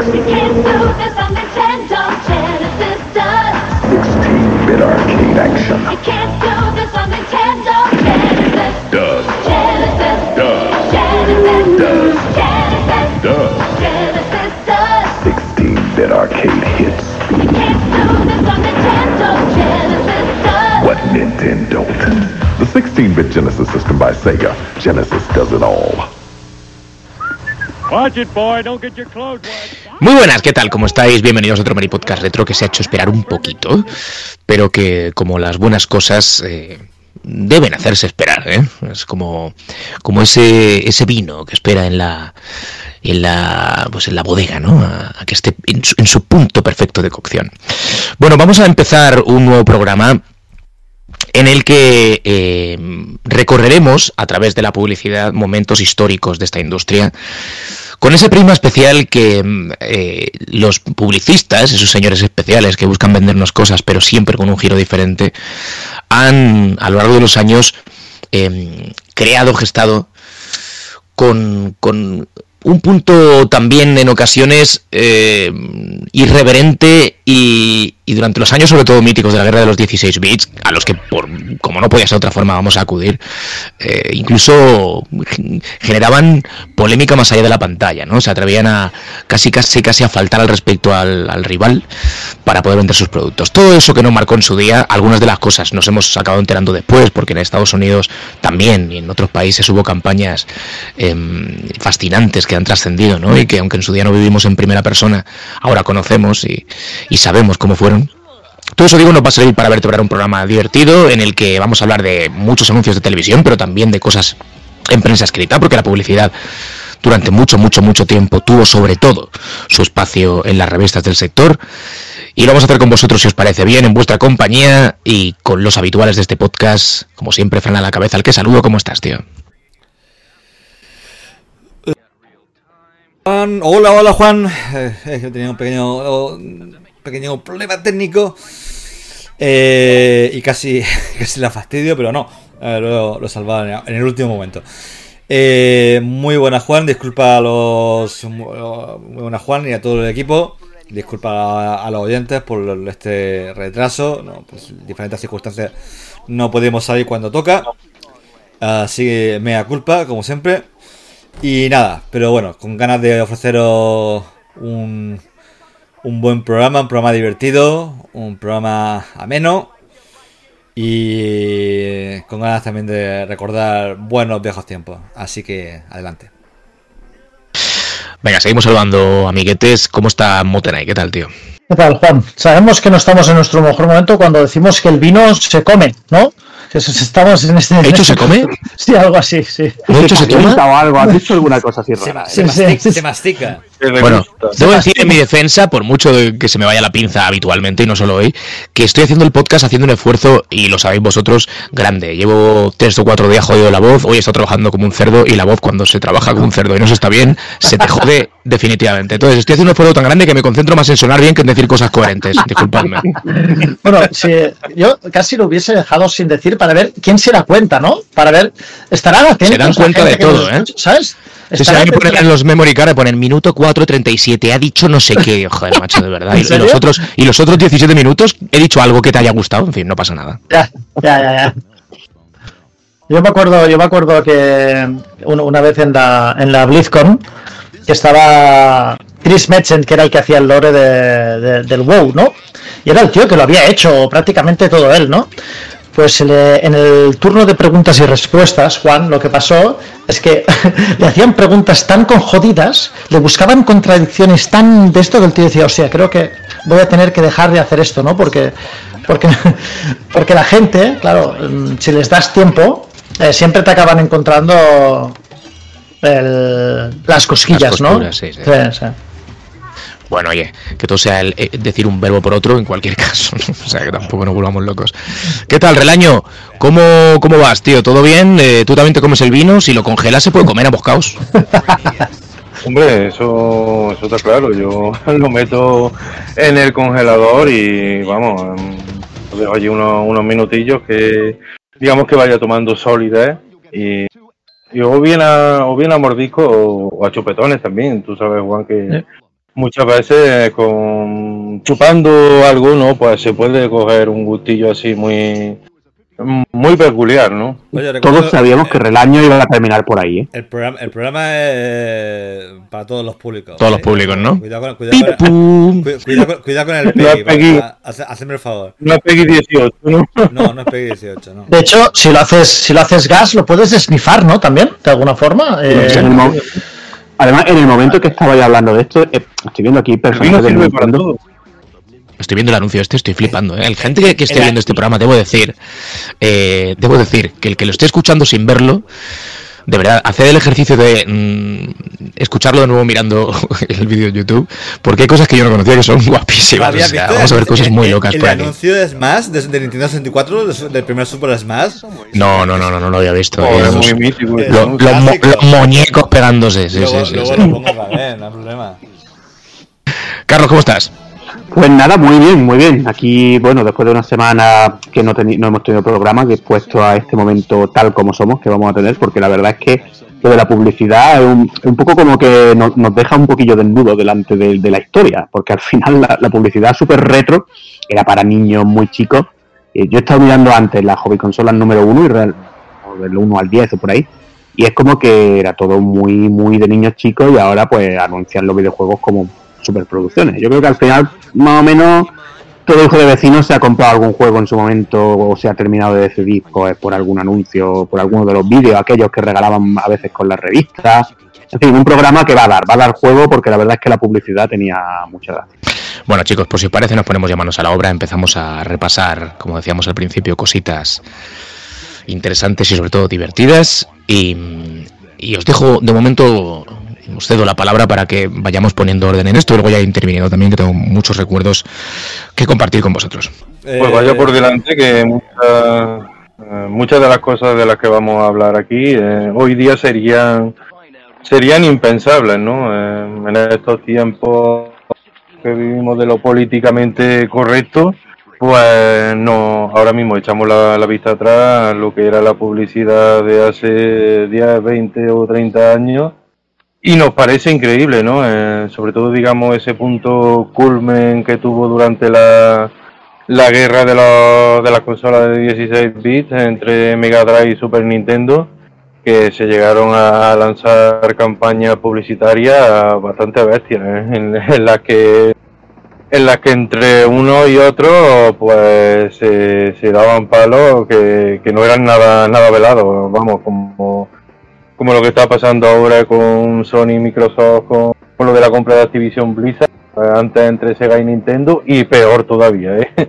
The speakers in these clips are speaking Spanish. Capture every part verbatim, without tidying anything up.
You can't do this on Nintendo. Genesis does. sixteen-bit arcade action. You can't do this on Nintendo. Genesis Does. Genesis Does. Genesis Does. Genesis Does. Genesis does. sixteen-bit arcade hits. You can't do this on Nintendo. Genesis does. What Nintendo? The sixteen-bit Genesis system by Sega. Genesis does it all. Watch it, boy. Don't get your clothes wet. Muy buenas, ¿qué tal? ¿Cómo estáis? Bienvenidos a otro Mari Podcast Retro que se ha hecho esperar un poquito, pero que, como las buenas cosas, eh, deben hacerse esperar, ¿eh? Es como, como ese, ese vino que espera en la, en la, pues en la bodega, ¿no? A, a que esté en su, en su punto perfecto de cocción. Bueno, vamos a empezar un nuevo programa en el que eh, recorreremos a través de la publicidad momentos históricos de esta industria, con ese prisma especial que eh, los publicistas, esos señores especiales que buscan vendernos cosas pero siempre con un giro diferente, han a lo largo de los años eh, creado, gestado con, con un punto también en ocasiones eh, irreverente y, y durante los años sobre todo míticos de la guerra de los dieciséis bits, a los que por como no podía ser de otra forma vamos a acudir, eh, incluso generaban polémica más allá de la pantalla, ¿no? Se atrevían a casi casi casi a faltar al respecto al, al rival para poder vender sus productos. Todo eso que nos marcó en su día, algunas de las cosas nos hemos acabado enterando después, porque en Estados Unidos también y en otros países hubo campañas eh, fascinantes que han trascendido, ¿no? Y que aunque en su día no vivimos en primera persona, ahora conocemos y, y sabemos cómo fueron. Todo eso, digo, nos va a servir para vertebrar un programa divertido en el que vamos a hablar de muchos anuncios de televisión, pero también de cosas en prensa escrita, porque la publicidad durante mucho, mucho, mucho tiempo tuvo sobre todo su espacio en las revistas del sector. Y lo vamos a hacer con vosotros, si os parece bien, en vuestra compañía y con los habituales de este podcast. Como siempre, Fran a la cabeza, al que saludo. ¿Cómo estás, tío? Juan, hola, hola Juan. Eh, he tenido un pequeño, un pequeño problema técnico eh, y casi, casi la fastidio, pero no, eh, lo, lo he salvado en el último momento. Eh, muy buena Juan, disculpa a los, muy buena Juan y a todo el equipo. Disculpa a, a los oyentes por este retraso, no, pues diferentes circunstancias no podemos salir cuando toca, así que mea culpa como siempre. Y nada, pero bueno, con ganas de ofreceros un, un buen programa, un programa divertido, un programa ameno y con ganas también de recordar buenos viejos tiempos. Así que adelante. Venga, seguimos saludando, amiguetes. ¿Cómo está Motenay? ¿Qué tal, tío? ¿Qué tal, Juan? Sabemos que no estamos en nuestro mejor momento cuando decimos que el vino se come, ¿no? Que estamos en este... ¿Hecho se come? Sí, algo así, sí. ¿Hecho se toma? O algo, ¿has dicho alguna cosa así Se, rara? se, Sí, mastica, sí. se mastica. Bueno, debo decir en mi defensa, por mucho que se me vaya la pinza habitualmente, y no solo hoy, que estoy haciendo el podcast haciendo un esfuerzo, y lo sabéis vosotros, grande. Llevo tres o cuatro días jodido la voz, hoy he estado trabajando como un cerdo, y la voz cuando se trabaja como un cerdo y no se está bien, se te jode definitivamente. Entonces estoy haciendo un esfuerzo tan grande que me concentro más en sonar bien que en decir cosas coherentes. Disculpadme. Bueno, si yo casi lo hubiese dejado sin decir para ver quién se da cuenta, ¿no? Para ver, estarán atentos. Se dan cuenta de todo, ¿eh? ¿Sabes? Si se hay que poner en los memory card, ponen minuto cuatro treinta y siete, ha dicho no sé qué, joder, macho, de verdad. Y, y los otros y los otros diecisiete minutos he dicho algo que te haya gustado, en fin, no pasa nada. Ya, ya, ya, ya. Yo me acuerdo, yo me acuerdo que una vez en la en la BlizzCon que estaba Chris Metzen, que era el que hacía el lore de, de, del WoW, ¿no? Y era el tío que lo había hecho prácticamente todo él, ¿no? Pues le, en el turno de preguntas y respuestas, Juan, lo que pasó es que le hacían preguntas tan conjodidas, le buscaban contradicciones tan de esto, que el tío decía, o sea, creo que voy a tener que dejar de hacer esto, ¿no? Porque porque, porque la gente, claro, si les das tiempo, eh, siempre te acaban encontrando el, las cosquillas, las costuras, ¿no? Sí, sí. Sí, sí. Bueno, oye, que todo sea el, eh, decir un verbo por otro en cualquier caso, ¿no? O sea, que tampoco nos volvamos locos. ¿Qué tal, Relaño? ¿Cómo, cómo vas, tío? ¿Todo bien? Eh, ¿Tú también te comes el vino? Si lo congelas, se puede comer a boscaos. Hombre, eso, eso está claro. Yo lo meto en el congelador y, vamos, lo dejo allí unos, unos minutillos que, digamos, que vaya tomando solidez y, y o bien a, o bien a mordisco o, o a chupetones también. Tú sabes, Juan, que... ¿Eh? muchas veces con chupando algo, ¿no? Pues se puede coger un gustillo así muy muy peculiar, ¿no? Oye, recuerdo, Todos sabíamos eh, que Relaño iba a terminar por ahí, ¿eh? El programa, el programa es eh, para todos los públicos. Todos ¿vale? los públicos, ¿no? Cuidado con, cuidado con, ¡Pipú! cu- cuidado con, cuidado con el No Peggy. es Peggy. va, hace- Hacedme el favor. No es Peggy dieciocho, ¿no? No, no es Peggy dieciocho, no. De hecho, si lo haces, si lo haces gas, lo puedes esnifar, ¿no? También, de alguna forma. Eh, En el mo- Además, en el momento que estabais hablando de esto, eh, estoy viendo aquí El personajes vino del sirve para Nintendo. todo. Estoy viendo el anuncio este, estoy flipando, ¿eh? El gente que, que esté Era- viendo este programa, debo decir, eh, debo decir que el que lo esté escuchando sin verlo, de verdad, haced el ejercicio de mm, escucharlo de nuevo mirando el vídeo en YouTube, porque hay cosas que yo no conocía que son guapísimas. O ¿Habías sea, visto vamos a ver el- cosas muy el- locas el por aquí. anuncio de Smash de, de Nintendo sesenta y cuatro, de su- del primer Super Smash? No, no, no, no, no lo había visto. Oh, eh, es los, muy mítico. eh, lo- un los mo- clásico. los muñecos pegándose, sí, luego sí, sí, luego sí. lo pongo otra vez, no hay problema. Carlos, ¿cómo estás? Pues nada, muy bien, muy bien. Aquí, bueno, después de una semana que no, teni- no hemos tenido programa, dispuesto a este momento tal como somos, que vamos a tener, porque la verdad es que lo de la publicidad es un, un poco como que nos, nos deja un poquillo desnudo delante de, de la historia, porque al final la, la publicidad súper retro era para niños muy chicos. Eh, yo he estado mirando antes las hobby consolas número uno, y real, o del uno al diez o por ahí, y es como que era todo muy, muy de niños chicos, y ahora pues anuncian los videojuegos como superproducciones. Yo creo que al final, más o menos, todo hijo de vecino se ha comprado algún juego en su momento o se ha terminado de decidir pues, por algún anuncio, por alguno de los vídeos, aquellos que regalaban a veces con las revistas. En fin, un programa que va a dar, va a dar juego, porque la verdad es que la publicidad tenía mucha gracia. Bueno, chicos, pues si os parece, nos ponemos ya manos a la obra, empezamos a repasar, como decíamos al principio, cositas interesantes y sobre todo divertidas. Y, y os dejo de momento, os cedo la palabra para que vayamos poniendo orden en esto y luego ya interviniendo también, que tengo muchos recuerdos que compartir con vosotros. Pues vaya por delante que muchas, eh, muchas de las cosas de las que vamos a hablar aquí eh, hoy día serían serían impensables, ¿no? Eh, en estos tiempos que vivimos de lo políticamente correcto, pues no, ahora mismo echamos la, la vista atrás a lo que era la publicidad de hace diez, veinte o treinta años y nos parece increíble, ¿no? Eh, sobre todo, digamos, ese punto culmen que tuvo durante la la guerra de, los, de las consolas de dieciséis bits entre Mega Drive y Super Nintendo, que se llegaron a lanzar campañas publicitarias bastante bestias, ¿eh? en, en las que en las que entre uno y otro pues se, se daban palos que, que no eran nada nada velados, vamos, como como lo que está pasando ahora con Sony y Microsoft con, con lo de la compra de Activision Blizzard, antes entre Sega y Nintendo, y peor todavía, ¿eh?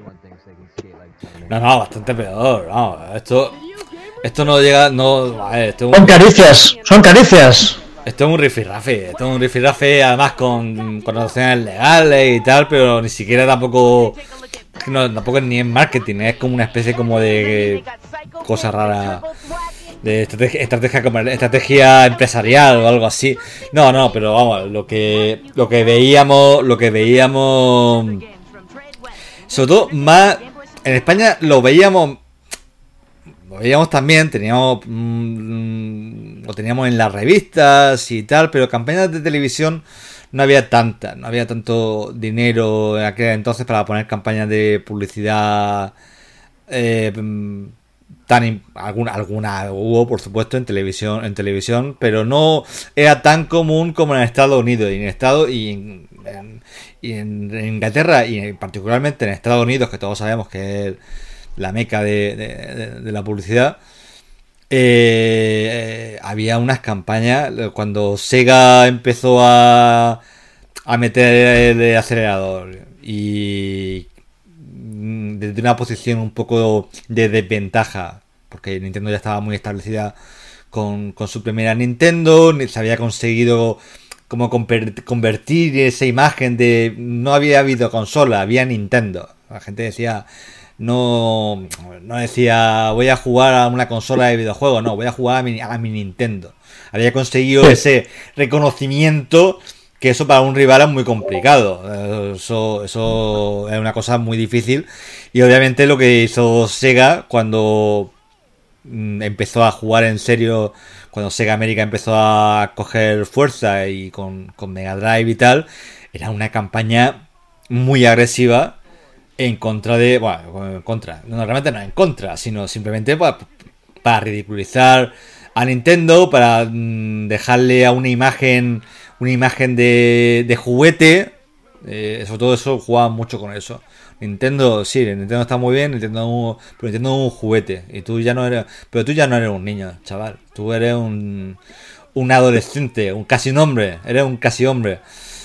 No, no, bastante peor. No, esto, esto no llega. No, a ver, esto es Son un, caricias, son caricias. esto es un rifirrafe. Esto es un rifirrafe, además con connotaciones legales y tal, pero ni siquiera tampoco. No, tampoco es ni en marketing, es como una especie como de cosa rara. De estrategia, estrategia, comer- estrategia empresarial o algo así. No, no, pero vamos, lo que lo que veíamos, lo que veíamos, sobre todo más en España lo veíamos, lo veíamos también, teníamos mm, lo teníamos en las revistas y tal, pero campañas de televisión no había tantas, no había tanto dinero en aquel entonces para poner campañas de publicidad. Eh, tan in- alguna alguna hubo, por supuesto, en televisión en televisión pero no era tan común como en Estados Unidos y en Estados y en, en- y en- en Inglaterra y en- particularmente en Estados Unidos, que todos sabemos que es la meca de, de- de- de la publicidad. Eh, eh, había unas campañas cuando Sega empezó a a meter el acelerador y desde una posición un poco de desventaja, porque Nintendo ya estaba muy establecida con, con su primera Nintendo, se había conseguido como conver- convertir esa imagen de no había habido consola, había Nintendo. La gente decía, no, no decía voy a jugar a una consola de videojuegos, no, voy a jugar a mi, a mi Nintendo. Había conseguido Sí. ese reconocimiento, que eso para un rival es muy complicado. Eh, Eso, eso es una cosa muy difícil. Y obviamente lo que hizo Sega cuando mm, empezó a jugar en serio cuando Sega América empezó a coger fuerza y con, con Mega Drive y tal, era una campaña muy agresiva en contra de, bueno, en contra, no realmente no en contra, sino simplemente para, para ridiculizar a Nintendo, para mmm, dejarle a una imagen, una imagen de, de juguete. Eh, sobre todo eso, jugaban mucho con eso. Nintendo, sí, Nintendo está muy bien, Nintendo, pero Nintendo es un juguete y tú ya no eres, pero tú ya no eres un niño, chaval. Tú eres un, un adolescente, un casi un hombre, eres un casi hombre.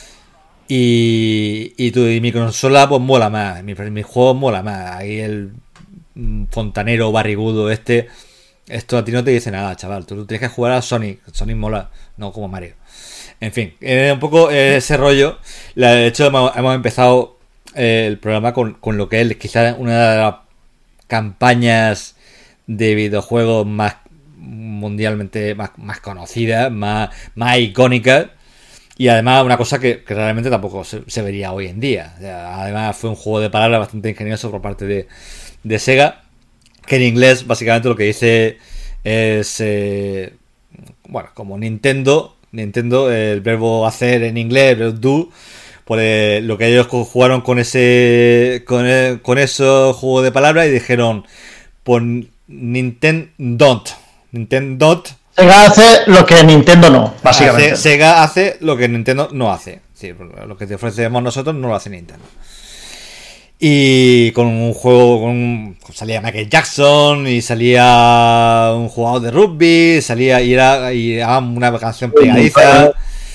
Y, y, tu, y mi consola pues mola más, mi, mi juego mola más. Ahí el fontanero barrigudo este, esto a ti no te dice nada, chaval. Tú tienes que jugar a Sonic, Sonic mola, no como Mario. En fin, eh, un poco ese rollo. De hecho, hemos, hemos empezado eh, el programa con, con lo que es quizás una de las campañas de videojuegos más mundialmente más, más conocidas, más, más icónicas. Y además una cosa que, que realmente tampoco se, se vería hoy en día. O sea, además fue un juego de palabras bastante ingenioso por parte de, de Sega, que en inglés básicamente lo que dice es, eh, bueno, como Nintendo... Nintendo, el verbo hacer en inglés, el verbo do, pues lo que ellos jugaron con ese con, el, con esos juegos de palabras y dijeron, pues Nintendo don't, Nintendo don't. Sega hace lo que Nintendo no, básicamente. Hace, Sega hace lo que Nintendo no hace. Sí, lo que te ofrecemos nosotros no lo hace Nintendo. Y con un juego, con, salía Michael Jackson y salía un jugador de rugby, salía y era, y era una canción pegadiza.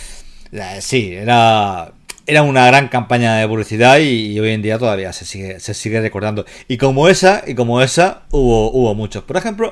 Sí, era, era una gran campaña de publicidad y, y hoy en día todavía se sigue, se sigue recordando. Y como esa, y como esa, hubo, hubo muchos. Por ejemplo,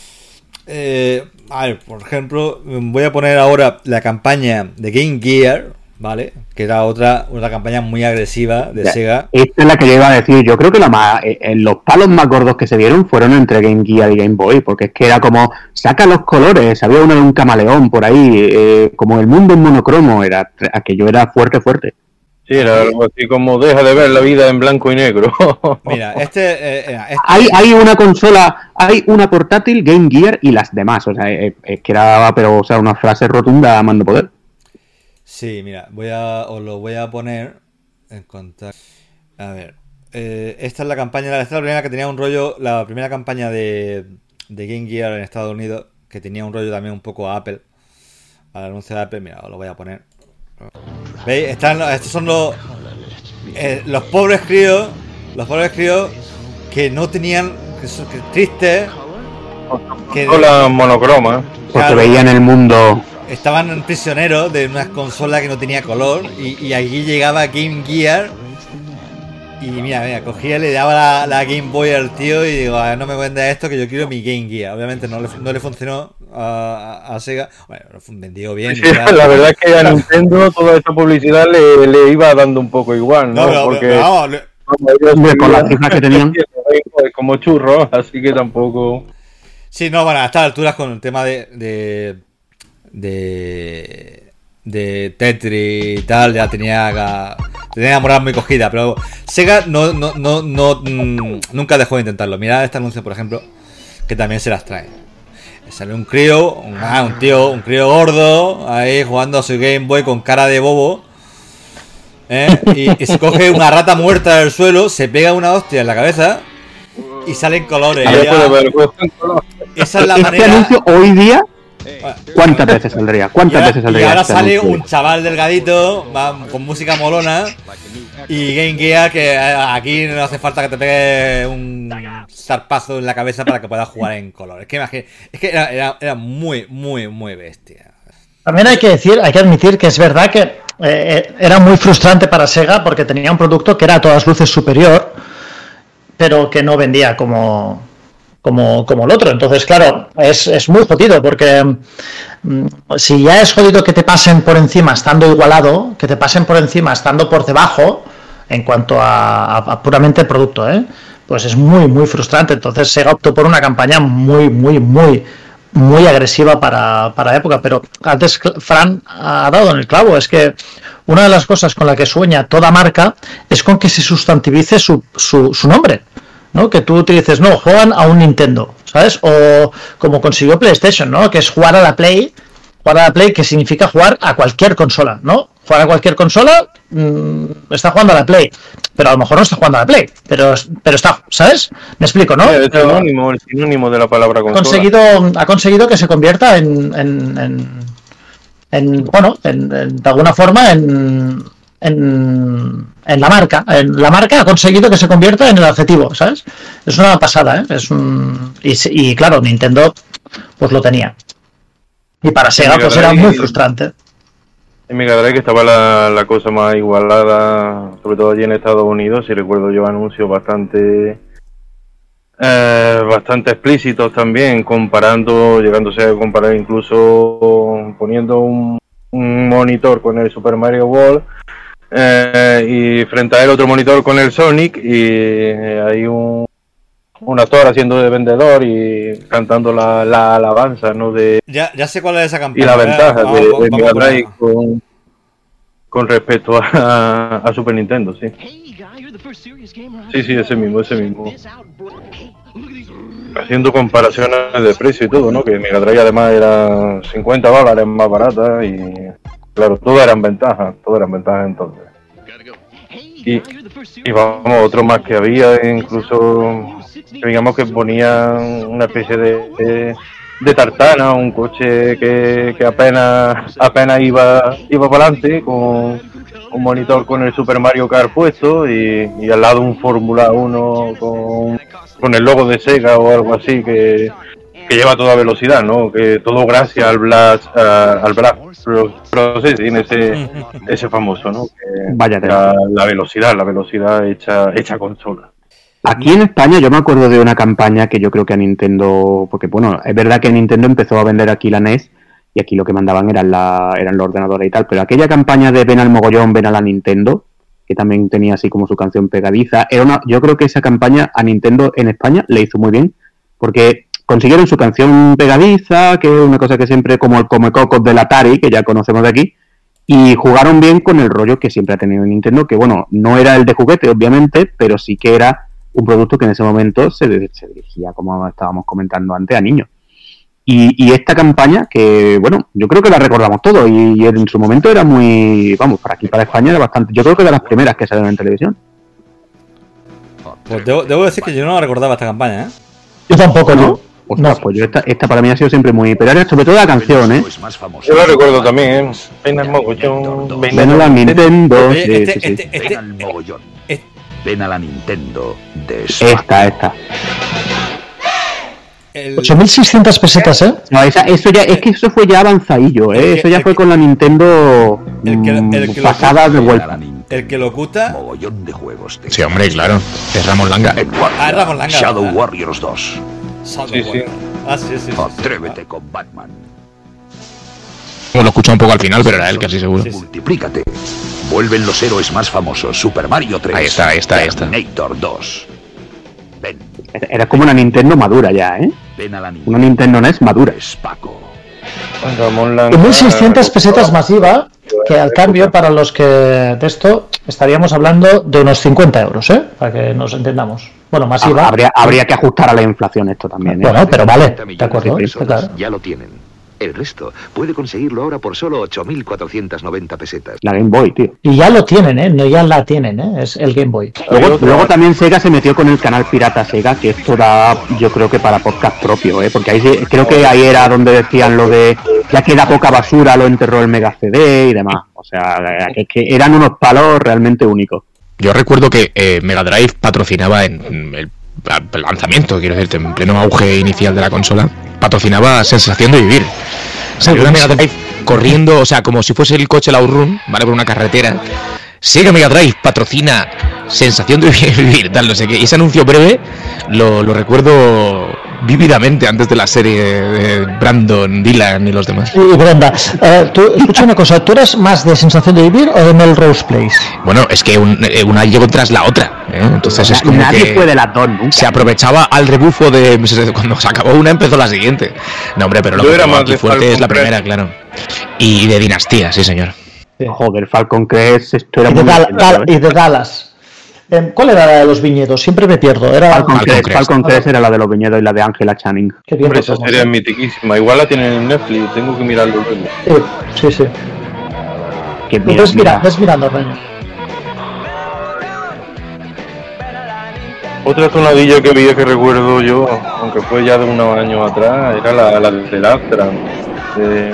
eh, a ver, por ejemplo, voy a poner ahora la campaña de Game Gear, ¿vale? Que era otra, otra campaña muy agresiva de Sega. Esta es la que yo iba a decir. Yo creo que la más, eh, los palos más gordos que se vieron fueron entre Game Gear y Game Boy, porque es que era como, saca los colores, había uno de un camaleón por ahí, eh, como el mundo en monocromo, era aquello era fuerte, fuerte. Sí, era algo así como deja de ver la vida en blanco y negro. Mira, este, eh, este... Hay, hay una consola, hay una portátil, Game Gear y las demás, o sea, es, es que era, pero, o sea, una frase rotunda a mando poder. Sí, mira, voy a os lo voy a poner en contacto. A ver, eh, esta es la campaña, esta es la primera que tenía un rollo, la primera campaña de, de Game Gear en Estados Unidos, que tenía un rollo también un poco a Apple, al anuncio de Apple. Mira, os lo voy a poner. ¿Veis? Están, estos son los eh, los pobres críos, los pobres críos que no tenían, que son que tristes, que con la monocroma, porque claro, veían el mundo. Estaban prisioneros de una consola que no tenía color y, y aquí llegaba Game Gear y mira, mira, cogía, le daba la, la Game Boy al tío y digo, no me vendas esto que yo quiero mi Game Gear. Obviamente no le, no le funcionó a, a, a Sega. Bueno, vendió bien. Sí, la verdad es que a Nintendo toda esta publicidad le, le iba dando un poco igual, ¿no? No, pero, porque pero, vamos, le... Hombre, con las cifras que tenían como churros, así que tampoco. Sí, no, bueno, a estas alturas con el tema de... de de de Tetris y tal, ya tenía la, tenía la moral muy cogida, pero Sega no, no, no, no mmm, nunca dejó de intentarlo. Mirad este anuncio, por ejemplo, que también se las trae. Sale un crío, un, ah, un tío, un crío gordo ahí jugando a su Game Boy con cara de bobo, ¿eh? y, y se coge una rata muerta del suelo, se pega una hostia en la cabeza y salen colores. Ya, esa es la este manera. Anuncio hoy día, ¿cuántas veces saldría? ¿Cuántas y ahora, veces saldría? Y ahora este sale anuncio? un chaval delgadito va, con música molona y Game Gear, que aquí no hace falta que te pegue un zarpazo en la cabeza para que puedas jugar en color. Es que imagínate, es que era, era, era muy, muy, muy bestia. También hay que decir, hay que admitir que es verdad que eh, era muy frustrante para Sega porque tenía un producto que era a todas luces superior, pero que no vendía como... Como, como el otro. Entonces, claro, es, es muy jodido porque mmm, si ya es jodido que te pasen por encima estando igualado, que te pasen por encima estando por debajo en cuanto a, a, a puramente el producto, ¿eh? Pues es muy, muy frustrante. Entonces Sega optó por una campaña muy, muy, muy, muy agresiva para, para la época. Pero antes Fran ha dado en el clavo, es que una de las cosas con la que sueña toda marca es con que se sustantivice su, su, su nombre, ¿no? Que tú utilices, no, juegan a un Nintendo. ¿sabes? O como consiguió PlayStation, ¿no? Que es jugar a la Play, jugar a la Play que significa jugar a cualquier consola, ¿no? Jugar a cualquier consola, mmm, está jugando a la Play, pero a lo mejor no está jugando a la Play, pero, pero está, ¿sabes? Me explico, ¿no? El sinónimo, el sinónimo de la palabra consola. Conseguido, ha conseguido que se convierta en, en, en, en bueno, en, en, de alguna forma en... En, en la marca, en la marca ha conseguido que se convierta en el adjetivo, ¿sabes? Es una pasada, ¿eh? Es un y, y claro, Nintendo pues lo tenía. Y para Sega pues era muy frustrante. En Mega Drive que estaba la, la cosa más igualada, sobre todo allí en Estados Unidos, si recuerdo yo anuncios bastante eh, bastante explícitos también, comparando, llegándose a comparar incluso poniendo un, un monitor con el Super Mario World. Eh, y frente a él otro monitor con el Sonic y eh, hay un, un actor haciendo de vendedor y cantando la, la alabanza, ¿no? De, ya, ya sé cuál es esa campaña. Y la ventaja vamos, de, vamos, de Mega Drive vamos. con, con respecto a, a Super Nintendo, sí. Sí, sí, ese mismo, ese mismo. Haciendo comparaciones de precio y todo, ¿no? Que Mega Drive además era cincuenta dólares más barata y... Claro, todo eran ventajas, todo eran ventajas entonces. Y, y vamos, otro más que había, incluso, digamos que ponían una especie de, de, de tartana, un coche que, que apenas apenas iba iba para adelante, con un monitor con el Super Mario Kart puesto y, y al lado un Fórmula uno con, con el logo de Sega o algo así que... que lleva toda velocidad, ¿no? Que todo gracias al Blast, uh, al Blast Processing, ese, ese famoso, ¿no? Que Vaya la, la velocidad, la velocidad hecha, hecha consola. Aquí en España yo me acuerdo de una campaña que yo creo que a Nintendo, porque bueno, es verdad que Nintendo empezó a vender aquí la N E S y aquí lo que mandaban eran, la, eran los ordenadores y tal, pero aquella campaña de ven al mogollón, ven a la Nintendo, que también tenía así como su canción pegadiza, era una, yo creo que esa campaña a Nintendo en España le hizo muy bien, porque consiguieron su canción pegadiza, que es una cosa que siempre como el Comecocos del Atari, que ya conocemos de aquí, y jugaron bien con el rollo que siempre ha tenido Nintendo, que bueno, no era el de juguete, obviamente, pero sí que era un producto que en ese momento se, se dirigía, como estábamos comentando antes, a niños. Y, y esta campaña, que bueno, yo creo que la recordamos todos, y, y en su momento era muy, vamos, para aquí, para España era bastante, yo creo que de las primeras que salieron en televisión. Pues debo, debo decir que yo no la recordaba esta campaña, ¿eh? Yo tampoco, ¿no? Ostras, no. Pues yo esta, esta para mí ha sido siempre muy... Pero era sobre todo la canción, ¿eh? Yo la recuerdo también, ¿eh? Ven al mogollón, ven a la Nintendo. Oye, Sí, este, sí, sí. este, este, Ven al mogollón. este- Ven a la Nintendo de Esta, esta. el- ocho mil seiscientas pesetas, ¿eh? No, esa, eso ya, es que eso fue ya avanzadillo, El ¿eh? que- Eso ya el fue que- con la Nintendo el que- mm, el que lo- pasada de Ven a la vuelta. Nintendo. el que locuta... Mogollón de juegos. de- Sí, hombre, claro. Es Ramón Langa. Ah, Ramón Langa, Shadow ¿verdad? Warriors dos. Shadow Sí, sí. Warrior. Ah, sí, sí, sí, sí. Atrévete con Batman. Lo he escuchado un poco al final, pero era él casi seguro. Sí, sí. Multiplícate. Vuelven los héroes más famosos. Super Mario tres. Ahí está, ahí está, ahí está. Terminator dos. Ven. Era como una Nintendo madura ya, ¿eh? Ven a la Una Nintendo. Nintendo N E S madura. Es Paco. Ramón Langa- mil seiscientas pesetas masiva, que al cambio para los que de esto estaríamos hablando de unos cincuenta euros, ¿eh? Para que nos entendamos. Bueno, masiva. Habría, habría que ajustar a la inflación esto también, ¿eh? Bueno, pero vale, treinta de millones acuerdo. de está personas claro. ya lo tienen. El resto puede conseguirlo ahora por solo ocho mil cuatrocientas noventa pesetas. La Game Boy, tío. Y ya lo tienen, ¿eh? No, ya la tienen, ¿eh? Es el Game Boy. Luego, luego también Sega se metió con el canal Pirata Sega, que esto da, yo creo que para podcast propio, ¿eh? Porque ahí sí- creo que ahí era donde decían lo de ya queda poca basura, lo enterró el Mega C D y demás. O sea, que, que eran unos palos realmente únicos. Yo recuerdo que eh, Mega Drive patrocinaba en el, el lanzamiento, quiero decirte, en pleno auge inicial de la consola, patrocinaba Sensación de Vivir. Salió una Mega Drive corriendo, o sea, como si fuese el coche la Outrun, ¿vale? Por una carretera. Sega Mega Drive patrocina Sensación de Vivir, tal, no sé qué. Y ese anuncio breve lo, lo recuerdo vívidamente antes de la serie de Brandon, Dylan y los demás. Y Brenda, eh, tú, escucha una cosa, ¿tú eres más de Sensación de Vivir o de Melrose Place? Bueno, es que un- eh, una llegó tras la otra, ¿eh? Entonces es como Nadie que fue de las dos nunca. se aprovechaba al rebufo de cuando se acabó una empezó la siguiente. No, hombre, pero lo Yo que era pegó más aquí de fuerte Falcon es la Crest. primera, claro. Y de Dinastía, sí señor. Joder, Falcon Crest, esto era Y de, muy Dal- legendario, Dal- ¿eh? y de Dallas. Eh, ¿Cuál era la de los viñedos? Siempre me pierdo. Era Falcon Falcon Crest, Crest. Falcon Crest era la de los viñedos y la de Angela Channing. Qué bien Hombre, lo esa somos, serie es ¿eh? mitiquísima. Igual la tienen en Netflix, tengo que mirarlo luego. Sí, sí, sí. Que Lo mira, ves, mira, mira, ves mirando, Reño. Otra tonadilla que vi que recuerdo yo, aunque fue ya de unos años atrás, era la, la del Astra. Eh,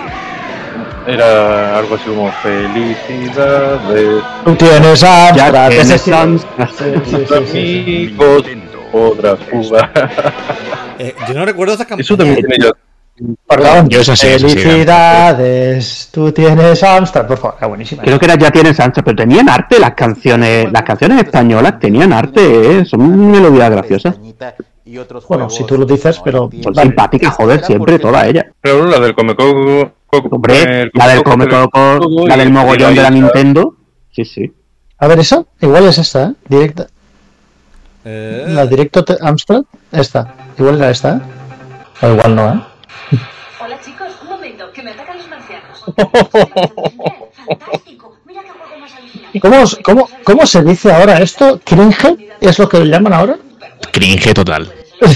era algo así como felicidades. Tú tienes ya Amstrad. tienes ese sí. Amstrad. Sí, sí, sí, sí, sí. Amigos, otra fuga. Eh, yo no recuerdo esa campaña. Eso también tiene ya. Perdón, Yo esa sí, esa sí, felicidades, tú tienes Amstrad, por favor, era buenísima. Creo que era Ya tienes Amstrad, pero tenían arte las canciones, las canciones españolas tenían arte, ¿eh? Son melodías graciosas. Bueno, si tú lo dices, pero Son vale. simpáticas, joder, siempre, todas ellas. Pero la del Comecoco. Hombre, la del Come Coco, la del mogollón de la Nintendo. Sí, sí. A ver, esa, igual es esta, ¿eh? Directa. Eh, La directo te- Amstrad, esta. Igual era esta, ¿eh? O igual no, ¿eh? Hola chicos, un momento, que me atacan los marcianos. Fantástico, mira qué juego más alucinante. ¿Cómo, os- cómo, ¿Cómo se dice ahora esto? ¿Cringe? ¿Es lo que le llaman ahora? Cringe total.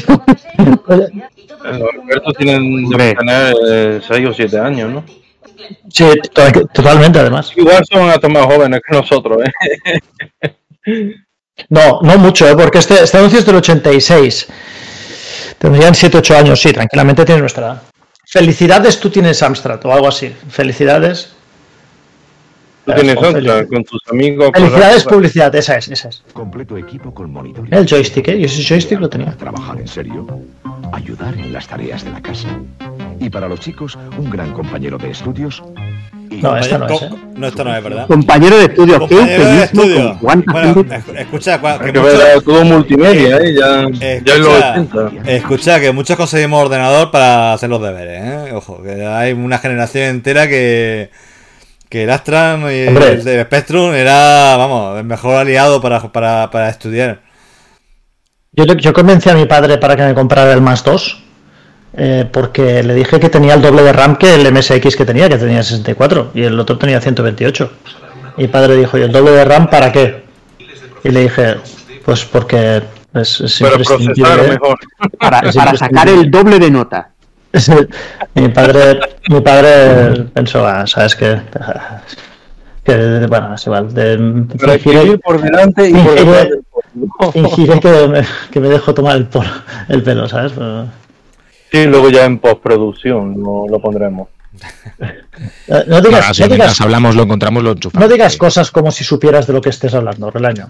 Los expertos tienen Hombre. de tener seis o siete años, ¿no? Sí, to- totalmente, además. Igual son hasta más jóvenes que nosotros, ¿eh? No, no mucho, ¿eh? Porque este, este anuncio es del ochenta y seis. Tendrían siete ocho años, sí, tranquilamente tiene nuestra edad. Felicidades, tú tienes Amstrad, o algo así. Felicidades. Tú tienes Con otra felicidad. con tus amigos. Felicidades, con- publicidad, esa es, esa es. Completo equipo con monitores. Mira el joystick, ¿eh? Yo ese joystick lo tenía. Trabajar en serio. Ayudar en las tareas de la casa. Y para los chicos, un gran compañero de estudios. Y No, esta no es, co- ¿eh? no, esto no es verdad. Compañero de estudio, qué Compañero de eufemismo, estudio. con cuánta Bueno, gente- esc- escucha, cua- Hay que que mucho- ver todo multimedia, ¿eh? Ya, ya en los escucha, ochenta. escucha, que muchos conseguimos ordenador para hacer los deberes, ¿eh? Ojo, que hay una generación entera que que el Astra y Hombre. el de Spectrum era, vamos, el mejor aliado para, para, para estudiar. Yo, le- yo convencí a mi padre para que me comprara el más dos, eh, porque le dije que tenía el doble de RAM que el M S X que tenía, que tenía sesenta y cuatro, y el otro tenía ciento veintiocho. Y mi padre dijo, ¿y el doble de RAM para qué? Y le dije, pues porque es, es Pero imprescindible. procesar mejor. para, Es para sacar el doble de nota. mi padre mi padre pensó, ah, ¿sabes qué? Que, bueno, es igual. De, Para fingiré, escribir por delante y por fingiré- detrás. fingiré que, me, que me dejo tomar el, por- el pelo, ¿sabes? Pero- Sí, luego ya en postproducción lo, lo pondremos. Eh, no digas, Bueno, si no mientras digas, hablamos, lo encontramos, lo enchufamos. no digas Sí. cosas como si supieras de lo que estés hablando, Relaño.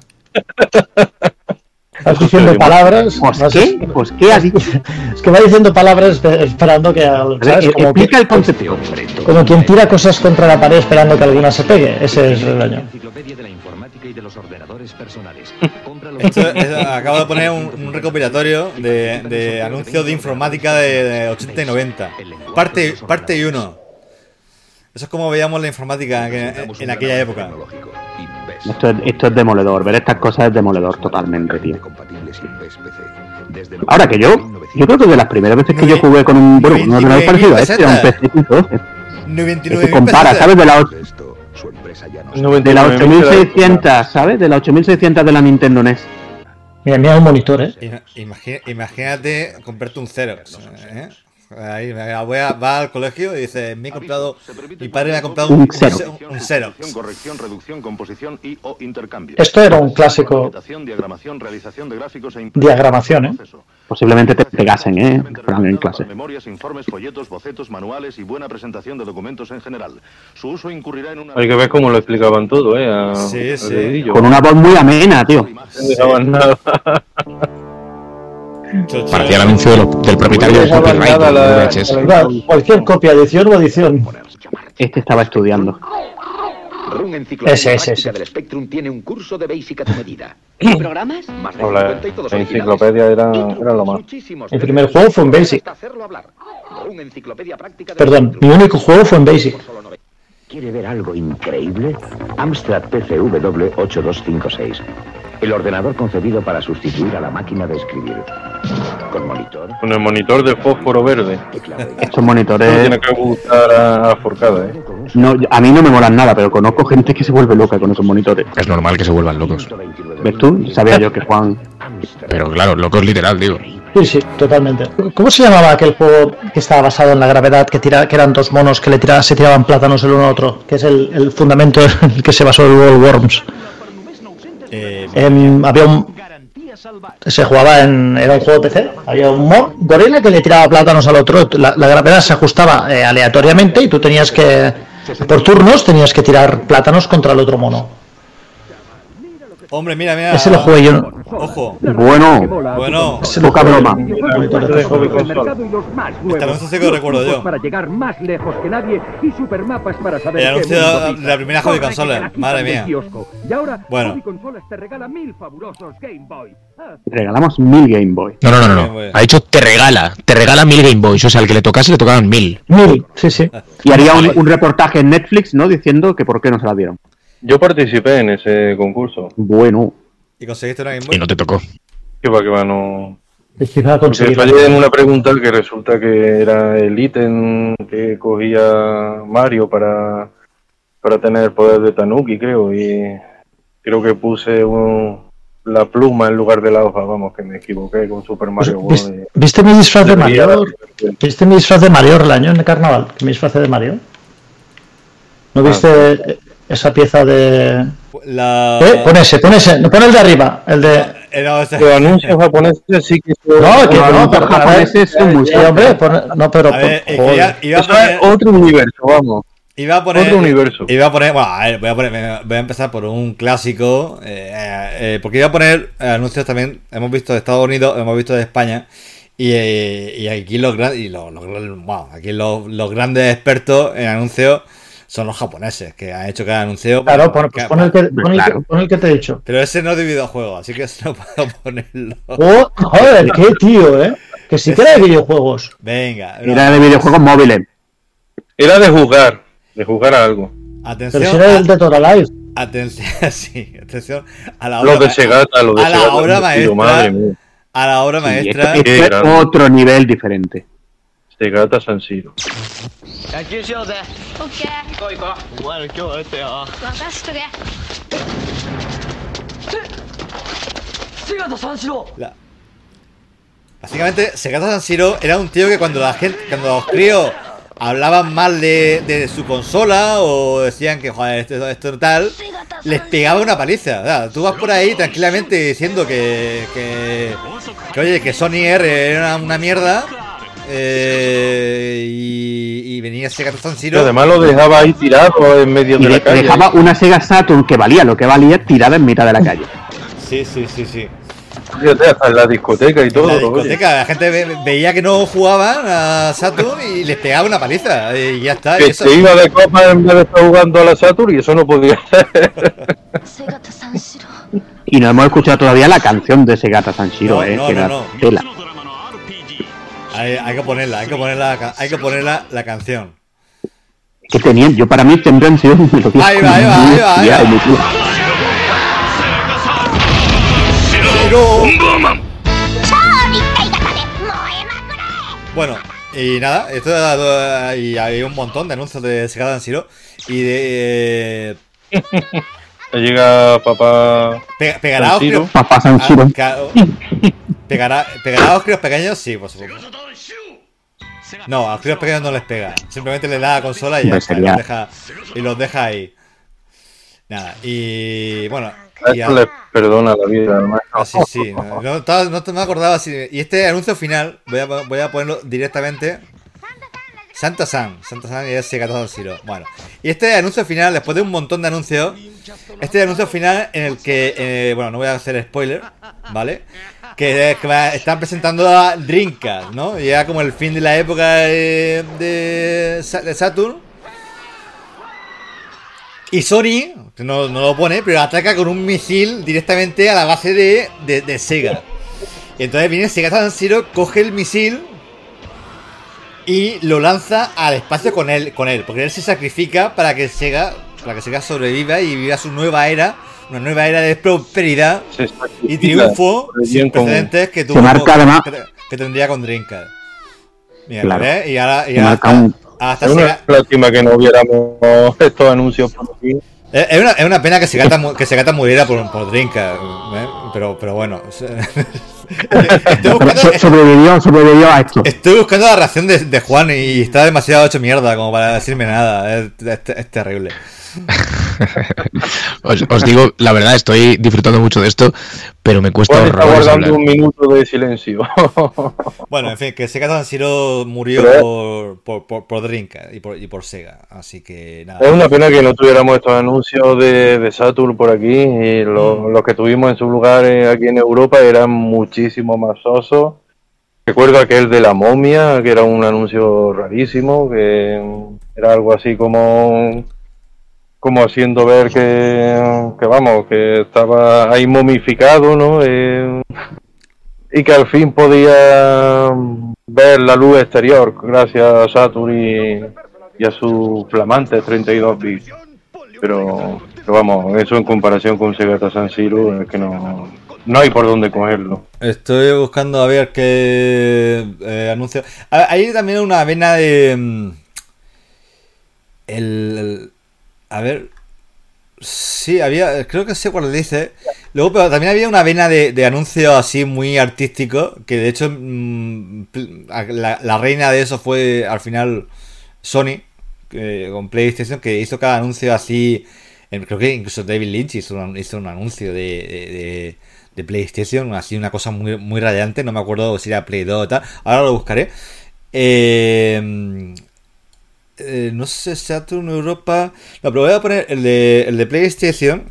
Estás Eso diciendo sí, palabras. Pues vas- qué, pues qué ha dicho. Es que va diciendo palabras espe- esperando que. ¿Sabes? Eh, Como, Explica que- el concepto. como quien tira cosas contra la pared esperando que alguna se pegue. Ese es Relaño. Enciclopedia de la informática y de los ordenadores personales. Cómpralo. Esto es- acabo de poner un, un recopilatorio de, de anuncios de informática de, de ochenta y noventa. Parte parte uno. Eso es como veíamos la informática en, en aquella época. Esto es, esto es demoledor, ver estas cosas es demoledor totalmente, tío. Ahora que yo, yo creo que de las primeras veces que yo jugué con un, bueno, con un ordenador parecido a este, era un P C dos, noventa y que nueve se compara, ¿sabes? De la, och- de la ocho mil seiscientos, ¿sabes? De la ocho mil seiscientos de la Nintendo N E S. Mira, mira un monitor, ¿eh? Imagina- imagínate comprarte un cero. ¿eh? Ahí la abuela va al colegio y dice, me he comprado, mi padre me ha comprado un, Un cero. un cero. Corrección, reducción, composición y o intercambio. Esto era un clásico. Orientación, diagramación, realización de gráficos e Diagramación, ¿eh? Posiblemente te pegasen, ¿eh? Fran, en clase. Memorias, informes, folletos, bocetos, manuales y buena presentación de documentos en general. Su uso incurrirá en una... Hay que ver cómo lo explicaban todo, ¿eh? A- Sí, al sí. dedillo. Con una voz muy amena, tío. No dejaban nada. Parecía el anuncio de lo- del propietario del dejaban copyright nada de la- V H S. Igual, cualquier copia, edición o edición. Este estaba estudiando. Run Enciclopedia Ese, ese, Práctica ese. del Spectrum tiene un curso de Basic a tu medida. ¿Programas? Más de No, la- cincuenta y todos la originales. enciclopedia era- Y trucos, era lo más. muchísimos El de primer ellos. juego fue en Basic. Hasta hacerlo hablar. Run Enciclopedia Práctica del Perdón, Spectrum. mi único juego fue en Basic. Por solo noventa. ¿Quiere ver algo increíble? Amstrad P C W ocho dos cinco seis. El ordenador concebido para sustituir a la máquina de escribir. Con monitor, Con el monitor de fósforo verde. teclado y Estos No monitores tiene que gustar a, a forcada, ¿eh? con no, a mí no me molan nada, pero conozco gente que se vuelve loca con esos monitores. Es normal que se vuelvan locos. ¿Ves tú? Sabía yo que Juan... Pero claro, locos literal, digo. Sí, sí, totalmente. ¿Cómo se llamaba aquel juego que estaba basado en la gravedad, que tira, que eran dos monos que le tira, se tiraban plátanos el uno al otro? Que es el, el fundamento en el que se basó el World Worms. Eh, Eh, había un... Se jugaba en... Era un juego de P C. Había un mo- gorila que le tiraba plátanos al otro. La, la gravedad se ajustaba eh, aleatoriamente y tú tenías que... Por turnos tenías que tirar plátanos contra el otro mono. Hombre, mira, mira. Ese lo jugué yo. Ojo. Bueno. Bueno. Poca broma. Este anuncio sí que lo recuerdo yo. Para llegar más lejos que nadie y supermapas para saber El anuncio qué mundo de pisas. la primera Hobby Consola. Corre, que la Madre quitan mía. del kiosco. Y ahora Bueno. Hobby Consolas te regala mil fabulosos Game Boy. Ah, Regalamos mil Game Boy. No, no, no, no. no. Ha dicho te regala. Te regala mil Game Boys. O sea, al que le tocase le tocaban mil. Mil, sí, sí. Y haría un, un reportaje en Netflix, ¿no? Diciendo que por qué no se la dieron. Yo participé en ese concurso. Bueno. ¿Y conseguiste una Game Boy? Y no te tocó. Que va, que va, no... Es que iba a Porque conseguir. fallé en una pregunta que resulta que era el ítem que cogía Mario para, para tener el poder de Tanuki, creo, y creo que puse un, la pluma en lugar de la hoja, vamos, que me equivoqué con Super Mario Pues, Bros. ¿viste, ¿Viste mi disfraz de Debería- Mario? ¿Viste mi disfraz de Mario el año en el carnaval? Que me disfrazé de Mario. ¿No viste esa pieza de...? La... Eh, pon ese, pon ese, no pon el de arriba, el de... Eh, no, ese- Los anuncios japoneses sí que son... No, que Los no, anuncios pero japoneses son muy sí, hombre, pon- no, pero... A ver, es que joder. iba, iba a Eso es poner... otro universo, vamos. Iba a poner... Otro universo. Iba a poner... Bueno, a ver, voy a, poner, voy a empezar por un clásico. Eh, eh, porque iba a poner anuncios también. Hemos visto de Estados Unidos, hemos visto de España. Y, eh, y aquí los grandes... Y los, los, bueno, aquí los, los grandes expertos en anuncios son los japoneses, que han hecho cada anuncio. Claro, para- pon, pues para- pon el que, pon el que- Claro. pon el que te he dicho. Pero ese no es de videojuegos, así que eso no puedo ponerlo. Oh, joder, qué tío, eh. Que sí que era de videojuegos. Venga, no. Era de videojuegos móviles. Era de jugar, de jugar a algo. Atención. Pero si era el de Total Life. Atención, sí, atención a la obra, Lo de Segata, lo de a la Segata, obra tío, maestra, madre mía. a la obra Sí, maestra. esto, esto es grande. otro nivel diferente. Segata San Siro. 野球しようぜ。 オッケー。 行こう行こう。お前ら今日はやったよ。 任しとけ。 姿三四郎。 La- Básicamente, Segata San Siro era un tío que cuando la gente, cuando los críos hablaban mal de, de su consola o decían que joder, esto, esto tal, les pegaba una paliza. O sea, tú vas por ahí tranquilamente diciendo que, que, que oye, que Sony R era una, una mierda. Eh, y, y venía Segata San Y Siro. además lo dejaba ahí tirado en medio Y de la de- calle. dejaba una Sega Saturn que valía lo que valía tirada en mitad de la calle. Sí, sí, sí, sí. Fíjate, hasta en la discoteca y todo. En la oye. discoteca, la gente ve- veía que no jugaban a Saturn y les pegaba una paliza. Y ya está. y Que eso- se iba de copa en vez de estar jugando a la Saturn y eso no podía ser. セガタ三四郎。 Y no hemos escuchado todavía la canción de Segata Sanshiro, No, eh, no, que no, era no. tela. Hay, hay que ponerla, hay que ponerla, la ca- hay que ponerla la canción. Que tenían, yo para mí siempre han sido melodías Ahí va, ahí va, muy ahí va, ahí tía, va. muy tía. Bueno, y nada, esto era- y hay un montón de anuncios de Segata San Siro y de eh, Llega papá. pe- pegará a San los Siro. críos- Papá San Siro. ah, claro. pegará, pegará a los críos pequeños, sí, por supuesto. No, a los críos pequeños no les pega, simplemente le da la consola y ya Hombre, está, y sería- los deja, y los deja ahí. Nada, y bueno, A y esto a- les perdona la vida, hermano. Ah, sí, sí. No, no, estaba- no te me acordaba si. Y este anuncio final, voy a, voy a ponerlo directamente. Santa San. Santa San y es Segata San Siro. Bueno. Y este anuncio final, después de un montón de anuncios. Este anuncio final en el que. eh, bueno, no voy a hacer spoiler, ¿vale? Que, que va- están presentando a Dreamcast, ¿no? Y era como el fin de la época de, de, Sa- de Saturn. Y Sony, que no, no lo pone, pero ataca con un misil directamente a la base de, de, de Sega. Y entonces viene Segata San Siro, coge el misil y lo lanza al espacio con él, con él, porque él se sacrifica para que Sega, para que Sega sobreviva y viva su nueva era, una nueva era de prosperidad Se y sacrifica triunfo por el sin bien común. precedentes que tuvo Se marca además- que, que tendría con Dreamcast. Mira, Claro. ¿ves? Y ahora, y Se ahora marca está, un, hasta es una Sega... lástima que no viéramos estos anuncios por aquí. Es es una, es una pena que Segata, mu- que Segata muriera por, por Dreamcast, ¿eh? pero, pero bueno. Estoy buscando, So- sobrevivió, sobrevivió a esto. estoy buscando la reacción de, de Juan y está demasiado hecho mierda como para decirme nada. Es, es- es terrible. Os, os digo, la verdad, estoy disfrutando mucho de esto, pero me cuesta Juan está horrores guardando hablar. un minuto de silencio. Bueno, en fin, que Sega Tanjiro murió Pero es- por, por, por, por Dreamcast y por, y por Sega. Así que nada. Es una pena que no tuviéramos estos anuncios de, de Saturn por aquí y los, los que tuvimos en su lugar eh, aquí en Europa eran muchísimo más sosos. Recuerdo aquel de la momia, que era un anuncio rarísimo, que era algo así como como haciendo ver que, que vamos, que estaba ahí momificado, ¿no? Eh, y que al fin podía ver la luz exterior gracias a Saturn y, y a su flamante treinta y dos bits. Pero, pero vamos, eso en comparación con Segata San Siro es que no, no hay por dónde cogerlo. Estoy buscando a ver qué eh, anuncio. Ah, hay también una vena de. mm, El, el- A ver. Sí, había. Creo que sé cuál dice. Luego, pero también había una vena de, de anuncio así muy artístico. Que de hecho. mm, pl- la, la reina de eso fue al final Sony. que- con PlayStation. Que hizo cada anuncio así. en- Creo que incluso David Lynch hizo un, hizo un anuncio de, de, de- de PlayStation. Así una cosa muy, muy radiante. No me acuerdo si era Play dos o tal. Ahora lo buscaré. Eh. Eh, no sé, Saturn Europa. No, pero voy a poner el de, el de PlayStation.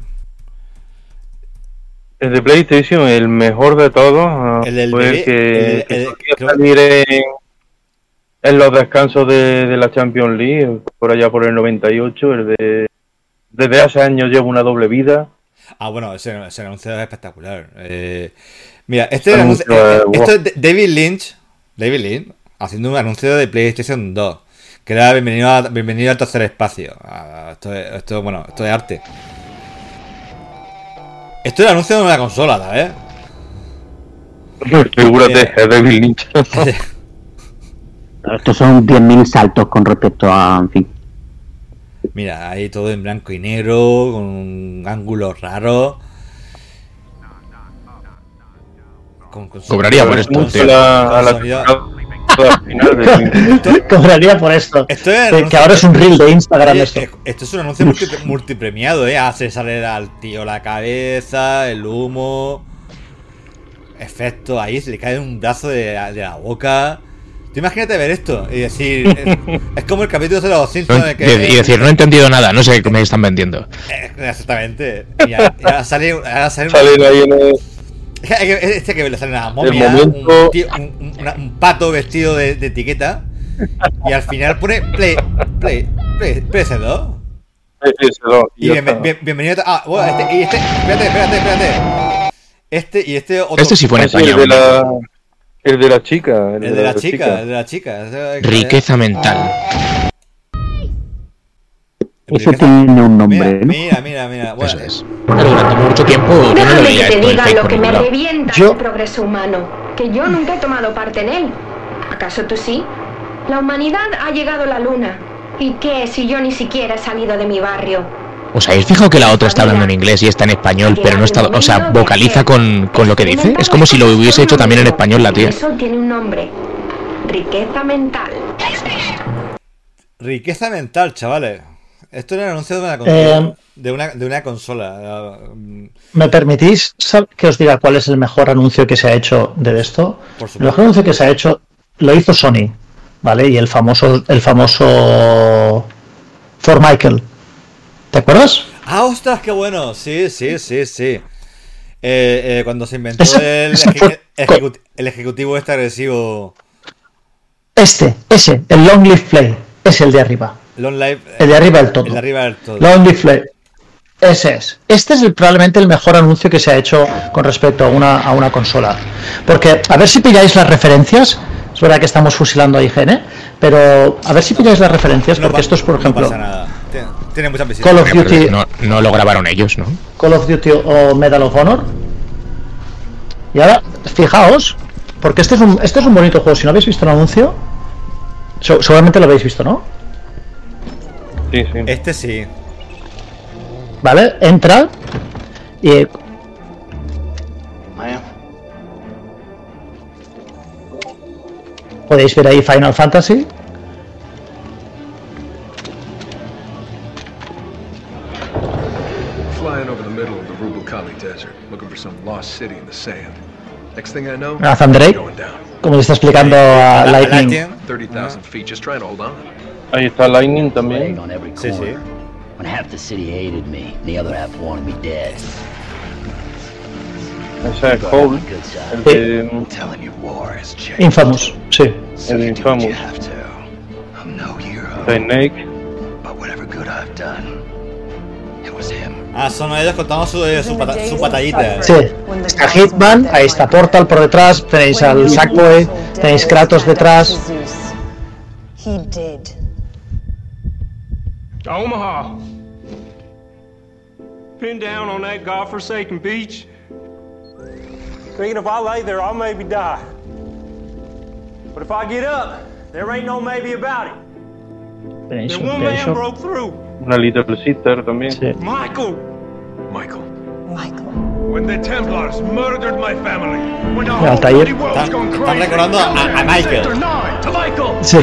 El de PlayStation, el mejor de todos, ah, El del fue el bebé, que, el- que el- solía creo- salir en, en los descansos de, de la Champions League, por allá por el noventa y ocho, el de desde hace años llevo una doble vida. Ah, bueno, ese, ese anuncio es espectacular. Eh, mira, este Ese anuncio, anuncio, eh, eh, esto wow. es de- David Lynch. David Lynch haciendo un anuncio de PlayStation dos. Que era bienvenido, a- bienvenido al tercer espacio. Ah, esto, es, esto, bueno, esto es arte. Esto es el anuncio de una consola, ¿sabes? Figúrate, Eh, es David Lynch. Estos son diez mil saltos con respecto a, en fin. Mira, ahí todo en blanco y negro, con un ángulo raro. Con, con Cobraría por esto, Mucho tío. la- a la- sonido- al final del- Cobraría por esto. Esto es Que, que ahora es un reel de Instagram Oye, esto. eh, esto es un anuncio multi- multipremiado, ¿eh? Hace salir al tío la cabeza, el humo, efectos ahí, se le cae un brazo de, de la boca. Tú imagínate ver esto y decir, es, es como el capítulo de los Simpsons No, de que... de- y decir, no he entendido nada, no sé qué me están vendiendo. Eh, exactamente. Y a- y ahora sale, ahora sale Salen ahí en el, Es que- es que- Este que le sale una el momia, momento- un, tío- un- un- una- un pato vestido de, de etiqueta y al final pone Play, Play, Play, P S dos. P S dos, y Y ya bien- está. bien- bienvenido a... Ah, bueno, este, y este... Espérate, espérate, espérate. Este y este otro... Este sí fue en Ah, sí, España. el de hombre. la, el de la chica. El de la chica, el de la chica. Ese- Riqueza mental. Eso tiene un nombre, Mira, ¿no? mira, mira, mira. Bueno, Eso es. Pero durante mucho tiempo yo no lo Déjame veía que te esto del diga Face lo por que me ningún lado. revienta Yo- el progreso humano, que yo nunca he tomado parte en él. ¿Acaso tú sí? La humanidad ha llegado a la luna. ¿Y qué si yo ni siquiera he salido de mi barrio? ¿Os habéis fijado que la otra está hablando en inglés y está en español, pero no está, o sea, vocaliza con, con lo que dice? Es como si lo hubiese hecho también en español la tía. Eso tiene un nombre. Riqueza mental. riqueza mental, chavales. Esto era el anuncio de una Eh, consola. de, una, de una consola. mm, ¿Me permitís sab- que os diga cuál es el mejor anuncio que se ha hecho de esto? Por supuesto. El mejor anuncio que se ha hecho lo hizo Sony, ¿vale? Y el famoso, el famoso For Michael. ¿Te acuerdas? Ah, ostras, qué bueno. Sí, sí, sí, sí. Eh, eh, cuando se inventó Ese- el, ese eje- fue- ejecut- el ejecutivo este agresivo. Este, ese, el Long Live Play, es el de arriba. Long Life. El de arriba del todo. El de arriba del todo. Long Live Play. Ese es. Este es el- probablemente el mejor anuncio que se ha hecho con respecto a una, a una consola. Porque, a ver si pilláis las referencias. Es verdad que estamos fusilando a I G N, pero a ver si pilláis las referencias, No porque pa- esto es, por no ejemplo, pasa nada. Tiene, tiene muchas visitas. Call of Pero Duty, no, no lo grabaron ellos, ¿no? Call of Duty o Medal of Honor. Y ahora, fijaos, porque este es un, este es un bonito juego. Si no habéis visto el anuncio, se- seguramente lo habéis visto, ¿no? Sí, sí. Este sí. ¿Vale? Entra y... Podéis ver ahí Final Fantasy. Nathan Drake, como le está explicando a Lightning. Ahí está Lightning también. Sí, sí. When half the city hated me, the other half wanted me dead. Ese es Cole, el de... Infamous, sí. El de Infamous. Snake. Ah, son ellos contando su, su, pata, su batallita. Sí. Está Hitman, ahí está Portal por detrás, tenéis al Sackboy, tenéis Kratos detrás. He did. Omaha. Pinned down on that godforsaken beach. Thinking if I lay there, I'll maybe die. But if I get up, there ain't no maybe about it. Tenéis The un one man Bioshock. broke through. Una Little Sister también. Sí. Michael. Michael. Michael. When the Templars murdered my family. When the Mira, whole el taller. bloody world's Están, gone están crazy. recordando a, a Michael. Sector nine, to Michael. Sí.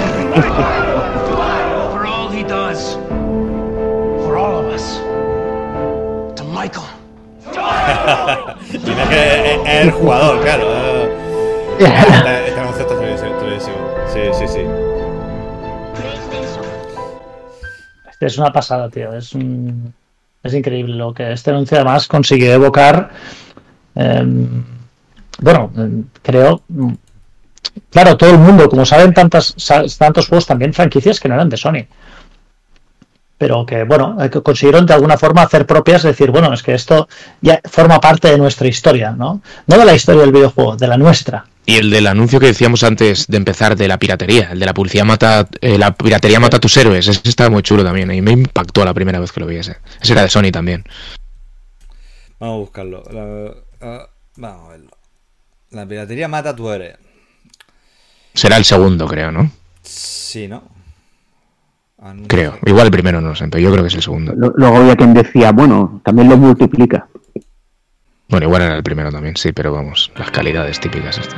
For all he does. For all of us. To Michael. Y no es que es el jugador, claro. Este, este concepto es televisivo. Sí, sí, sí. Este es una pasada, tío. Es un... es increíble lo que este anuncio además consiguió evocar. Eh, bueno, eh, creo. Claro, todo el mundo, como saben, tantas, tantos juegos también franquicias que no eran de Sony. Pero que, bueno, que consiguieron de alguna forma hacer propias, decir, bueno, es que esto ya forma parte de nuestra historia, ¿no? No de la historia del videojuego, de la nuestra. Y el del anuncio que decíamos antes de empezar de la piratería, el de la publicidad mata, eh, la piratería mata a tus héroes, ese estaba muy chulo también y me impactó la primera vez que lo vi ese. Ese era de Sony también. Vamos a buscarlo. La, uh, vamos a verlo. La piratería mata a tu héroe. Será el segundo, creo, ¿no? Sí, ¿no? Anuncio. Creo. Igual el primero no lo sé, pero yo creo que es el segundo. Luego había quien decía, bueno, también lo multiplica. Bueno, igual era el primero también, sí, pero vamos, las calidades típicas estas.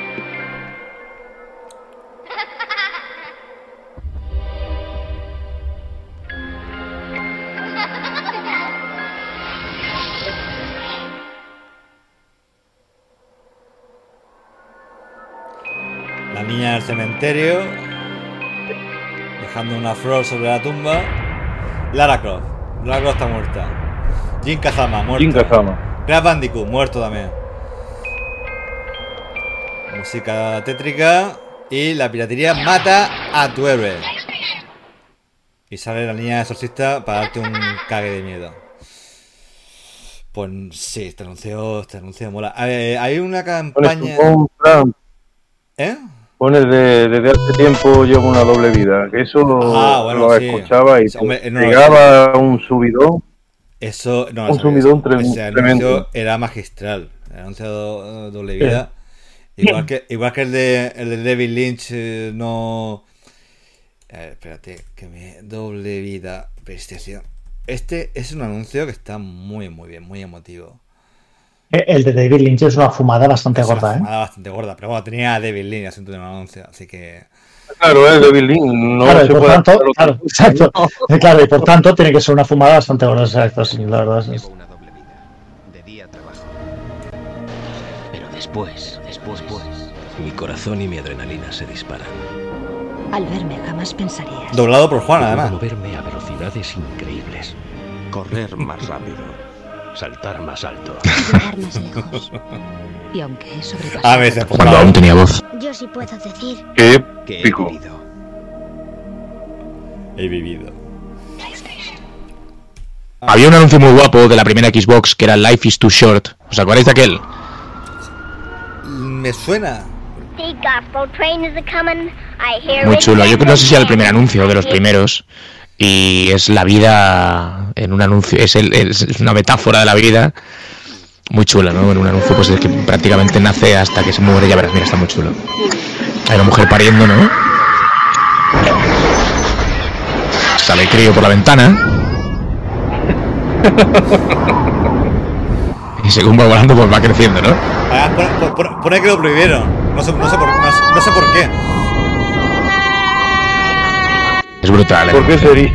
La niña en el cementerio, dejando una flor sobre la tumba. Lara Croft. Lara Croft está muerta. Jin Kazama, muerto. Jin Kazama. Crash Bandicoot, muerto también. Música tétrica. Y la piratería mata a tu héroe. Y sale la niña exorcista para darte un cague de miedo. Pues sí, este anuncio, este anuncio mola. A ver, hay una campaña. ¿Eh? Pone de, desde hace tiempo llevo una doble vida. Que eso ah, bueno, lo sí. escuchaba y Hombre, no, llegaba a un subidón. Eso, no, un subidón tremendo. Ese anuncio era magistral. El anuncio de doble vida. Igual que, igual que el de el de David Lynch, eh, no. A ver, espérate, que me. Doble vida, PlayStation. Este es un anuncio que está muy, muy bien, muy emotivo. El de David Lynch es una fumada bastante es gorda, una ¿eh? fumada bastante gorda, pero bueno, tenía a David Lynch haciendo un anuncio, así que. Claro, es David Lynch, no claro, se y por puede tanto, hacer claro, exacto. no. Claro, y por tanto tiene que ser una fumada bastante gorda, exacto, sí, la verdad es. Una doble vida. De día trabajo. Pero después, después, después, mi corazón y mi adrenalina se disparan. Al verme jamás pensarías. Doblado por Juan, Puedo además. moverme a velocidades increíbles. Correr más rápido. Saltar más alto. Llegar más lejos. Y aunque he sobrepasado. A veces, por Cuando aún tenía voz. Yo sí puedo decir Qué Que he pico. vivido. He vivido. Había un anuncio muy guapo de la primera Xbox que era Life is Too Short. ¿Os acordáis de aquel? Me suena. Muy chulo. Yo no sé si era el primer anuncio de los primeros. Y es la vida en un anuncio. Es, el, es una metáfora de la vida. Muy chula, ¿no? En un anuncio pues es que prácticamente nace hasta que se muere. Ya verás, mira, está muy chulo. Hay una mujer pariendo, ¿no? Sale el crío por la ventana. Y según va volando, pues va creciendo, ¿no? Ah, pone, pone, pone que lo prohibieron. No sé, no sé, por, no, no sé por qué. Es brutal, ¿eh? ¿Por qué sería?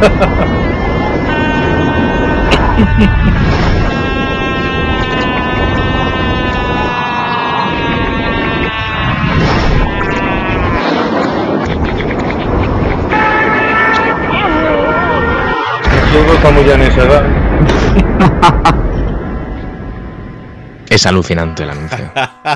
Nosotros estamos ya en esa edad. Es alucinante el anuncio.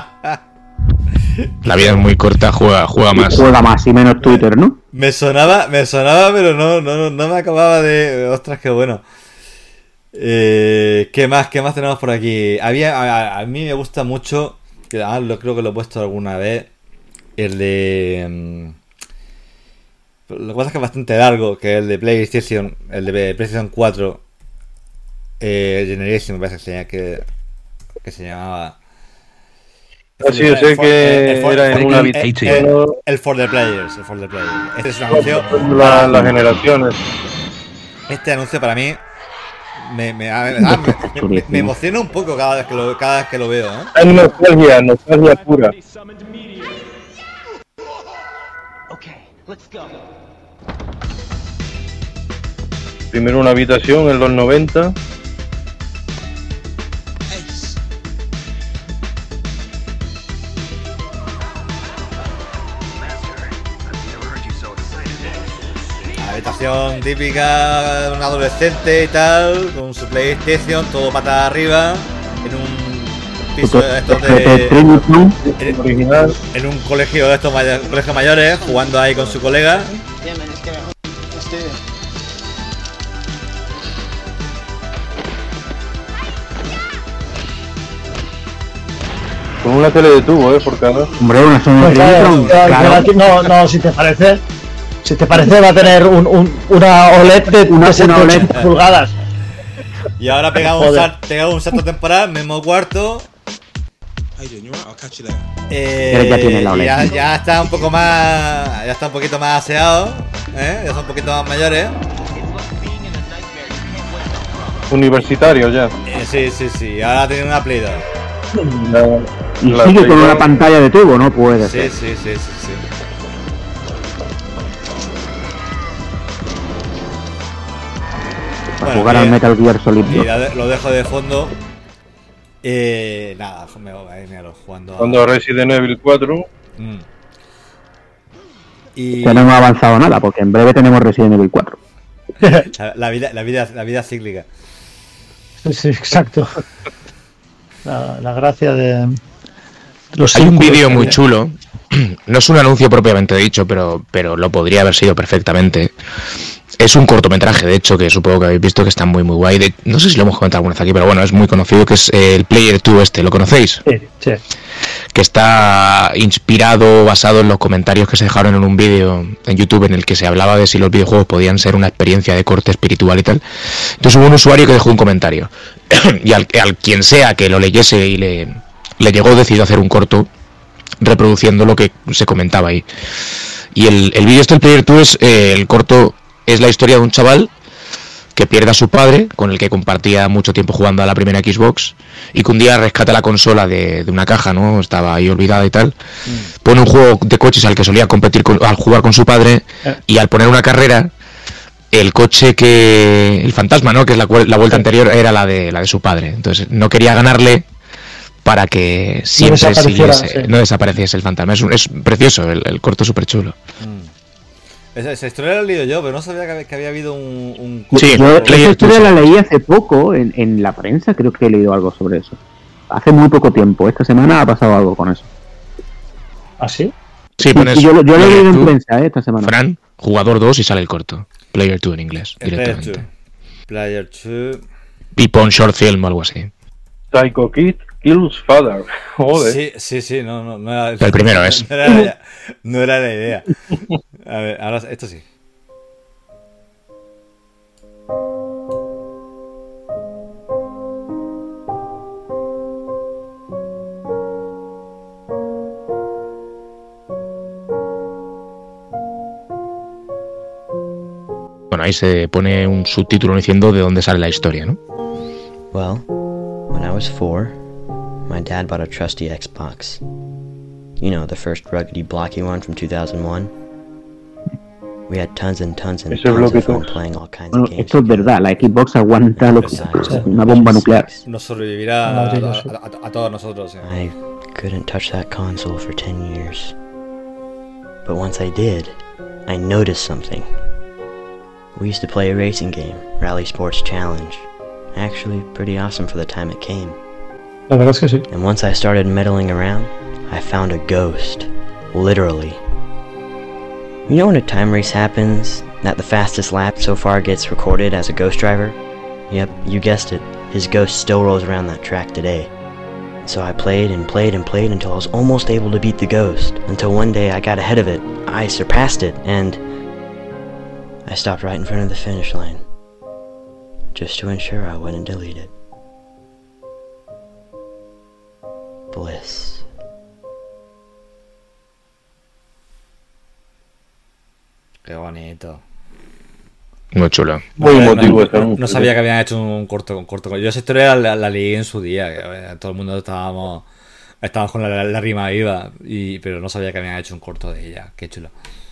La vida es muy corta, juega, juega más. Juega más y menos Twitter, ¿no? Me sonaba, me sonaba, pero no, no, no me acababa de. Ostras, qué bueno. Eh, ¿Qué más? ¿Qué más tenemos por aquí? Había, a, a mí me gusta mucho, que ah, lo creo que lo he puesto alguna vez, el de. Um, lo que pasa es que es bastante largo, que es el de PlayStation, el de PlayStation cuatro, eh, Generation, me parece que se llama, que, que se llamaba. Ah, sí, yo sé que el for, era el, en una el, el, el, el For the Players, el For the Players. Este es un anuncio. La, las generaciones. Este anuncio para mí me, me, ah, me, me, me emociona un poco cada vez que lo, cada vez que lo veo, ¿eh? Es nostalgia, nostalgia pura. Primero una habitación en los noventa. Habitación típica de un adolescente y tal, con su PlayStation, todo pata arriba, en un piso de estos de. En, original. En un colegio de estos may colegios mayores, jugando ahí con su colega. Con una tele de tubo, eh, por cada. Hombre, una pues claro, claro. No, no, si te parece. Si te parece, va a tener un, un, una O L E D de una, una una O L E D pulgadas. Y ahora pegamos un, sal, pegamos un salto temporal, mismo cuarto. Eh, ya tiene la O L E D. Ya, ya está un poco más. Ya está un poquito más aseado. ¿eh? Ya son un poquito más mayores. Universitario ya. Eh, sí, sí, sí. Ahora tiene una Play dos. La, y la sigue con una pantalla de tubo, ¿no? Puede sí, ser. Sí, sí, sí, sí. Para bueno, jugar al Metal Gear Solid dos. Y lo dejo de fondo. Eh, nada, me voy a irme a los jugando. Cuando Resident Evil cuatro. Mm. Y... Que no hemos avanzado nada, porque en breve tenemos Resident Evil cuatro. la, la vida, la vida, la vida cíclica. Sí, exacto. La, la gracia de los Hay un vídeo muy chulo. No es un anuncio propiamente dicho, pero, pero lo podría haber sido perfectamente. Es un cortometraje, de hecho, que supongo que habéis visto que está muy muy guay. De, no sé si lo hemos comentado alguna vez aquí, pero bueno, es muy conocido, que es el Player dos este, ¿lo conocéis? Sí, sí. Que está inspirado, basado en los comentarios que se dejaron en un vídeo en YouTube en el que se hablaba de si los videojuegos podían ser una experiencia de corte espiritual y tal. Entonces hubo un usuario que dejó un comentario. Y al, al quien sea que lo leyese y le, le llegó, decidió hacer un corto reproduciendo lo que se comentaba ahí. Y el, el vídeo este, el Player dos, es eh, el corto... Es la historia de un chaval que pierde a su padre, con el que compartía mucho tiempo jugando a la primera Xbox, y que un día rescata la consola de, de una caja, ¿no? Estaba ahí olvidada y tal. Mm. Pone un juego de coches al que solía competir con, al jugar con su padre, eh. y al poner una carrera, el coche que... El fantasma, ¿no? Que es la, la vuelta anterior, era la de, la de su padre. Entonces no quería ganarle para que siempre no siguiese, sí. no desapareciese el fantasma. Es, es precioso, el, el corto súper chulo. Mm. Esa, esa historia la he leído yo, pero no sabía que, que había habido un... un... Sí, yo esa historia la leí hace poco en, en la prensa, creo que he leído algo sobre eso. Hace muy poco tiempo, esta semana ha pasado algo con eso. ¿Ah, sí? Sí, pones... Yo, yo lo he leído en prensa, ¿eh? Esta semana. Fran, jugador dos y sale el corto. Player dos en inglés, el directamente. Player dos. Y pon short film o algo así. Psycho Kid Kills Father. Joder. Sí, sí, sí, no, no, no era... El primero es. No era la, no era la idea. A ver, ahora esto sí. Bueno, ahí se pone un subtítulo diciendo de dónde sale la historia, ¿no? Well, when I was four, my dad bought a trusty Xbox. You know, the first ruggedy blocky one from two thousand one. We had tons and tons and tons of fun playing all kinds Bueno, of games. esto es verdad, la Xbox aguanta lo que una bomba nuclear. Nos sobrevivirá a, a, a, a todos nosotros. ¿Sí? I couldn't touch that console for ten years. But once I did, I noticed something. We used to play a racing game, Rally Sports Challenge. Actually, pretty awesome for the time it came. La verdad es que sí. And once I started meddling around, I found a ghost. Literally. You know when a time race happens, that the fastest lap so far gets recorded as a ghost driver? Yep, you guessed it. His ghost still rolls around that track today. So I played and played and played until I was almost able to beat the ghost. Until one day I got ahead of it. I surpassed it, and I stopped right in front of the finish line. Just to ensure I wouldn't delete it. Bliss. Qué bonito. Muy chulo. Muy no, emotivo. No, no, no sabía que habían hecho un corto, un corto. Yo esa historia la, la leí en su día. Que, eh, todo el mundo estábamos, estábamos con la, la, la rima viva. Y, pero no sabía que habían hecho un corto de ella. Qué chulo.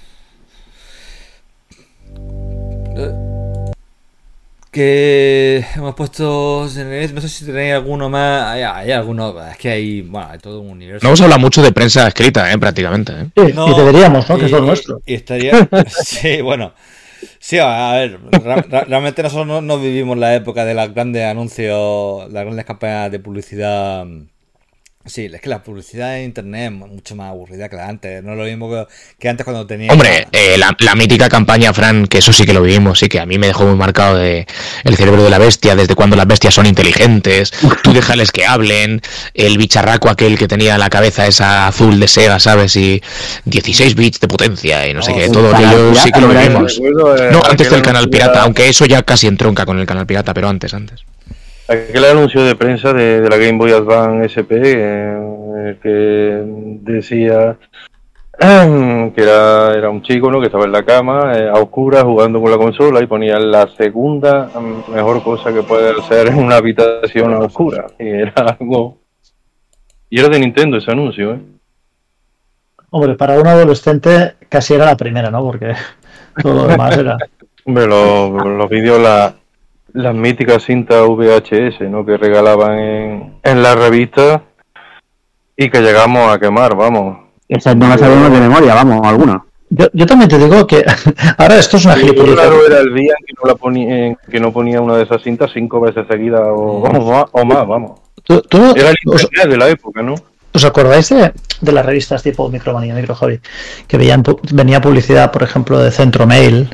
Que hemos puesto. No sé si tenéis alguno más. Hay, hay alguno. Es que hay. Bueno, hay todo un universo. No hemos hablado mucho de prensa escrita, ¿eh? Prácticamente. ¿eh? Sí, No, y deberíamos, ¿no? y, Que es lo nuestro. Y estaría. Sí, bueno. Sí, a ver. Ra, ra, realmente nosotros no, no vivimos la época de los grandes anuncios, las grandes campañas de publicidad. Sí, es que la publicidad en internet es mucho más aburrida que la antes. No es lo mismo que, que antes cuando tenía. Hombre, eh, la, la mítica campaña, Fran, que eso sí que lo vivimos, sí que a mí me dejó muy marcado de el cerebro de la bestia, desde cuando las bestias son inteligentes, tú déjales que hablen, el bicharraco aquel que tenía la cabeza esa azul de Sega, ¿sabes? Y dieciséis bits de potencia y no sé Oh, qué, todo aquello sí que lo vivimos. Recuerdo, eh, No, antes del aquel canal anuncio pirata, era- aunque eso ya casi entronca con el canal pirata, pero antes, antes. Aquel anuncio de prensa de, de la Game Boy Advance S P, eh, el que decía que era, era un chico, ¿no?, que estaba en la cama, eh, a oscuras, jugando con la consola, y ponía la segunda mm, mejor cosa que puede hacer en una habitación a oscuras. Y era algo... Y era de Nintendo ese anuncio, ¿eh? Hombre, para un adolescente casi era la primera, ¿no? Porque todo lo demás era... Hombre, los, los vídeos, la, las míticas cintas V H S, ¿no?, que regalaban en, en la revista y que llegamos a quemar, vamos. Esas no las sabemos de memoria, vamos, alguna. Yo, yo también te digo que ahora esto es una Sí, gilipollez. claro, era el día en que no, la ponía, en que no ponía una de esas cintas cinco veces seguidas o, o más, o más, vamos. ¿Tú, tú, Era el os, internet de la época, ¿no? ¿Os acordáis de, de las revistas tipo Micromanía, Micro Hobby? Que veían, pu- venía publicidad, por ejemplo, de Centro Mail,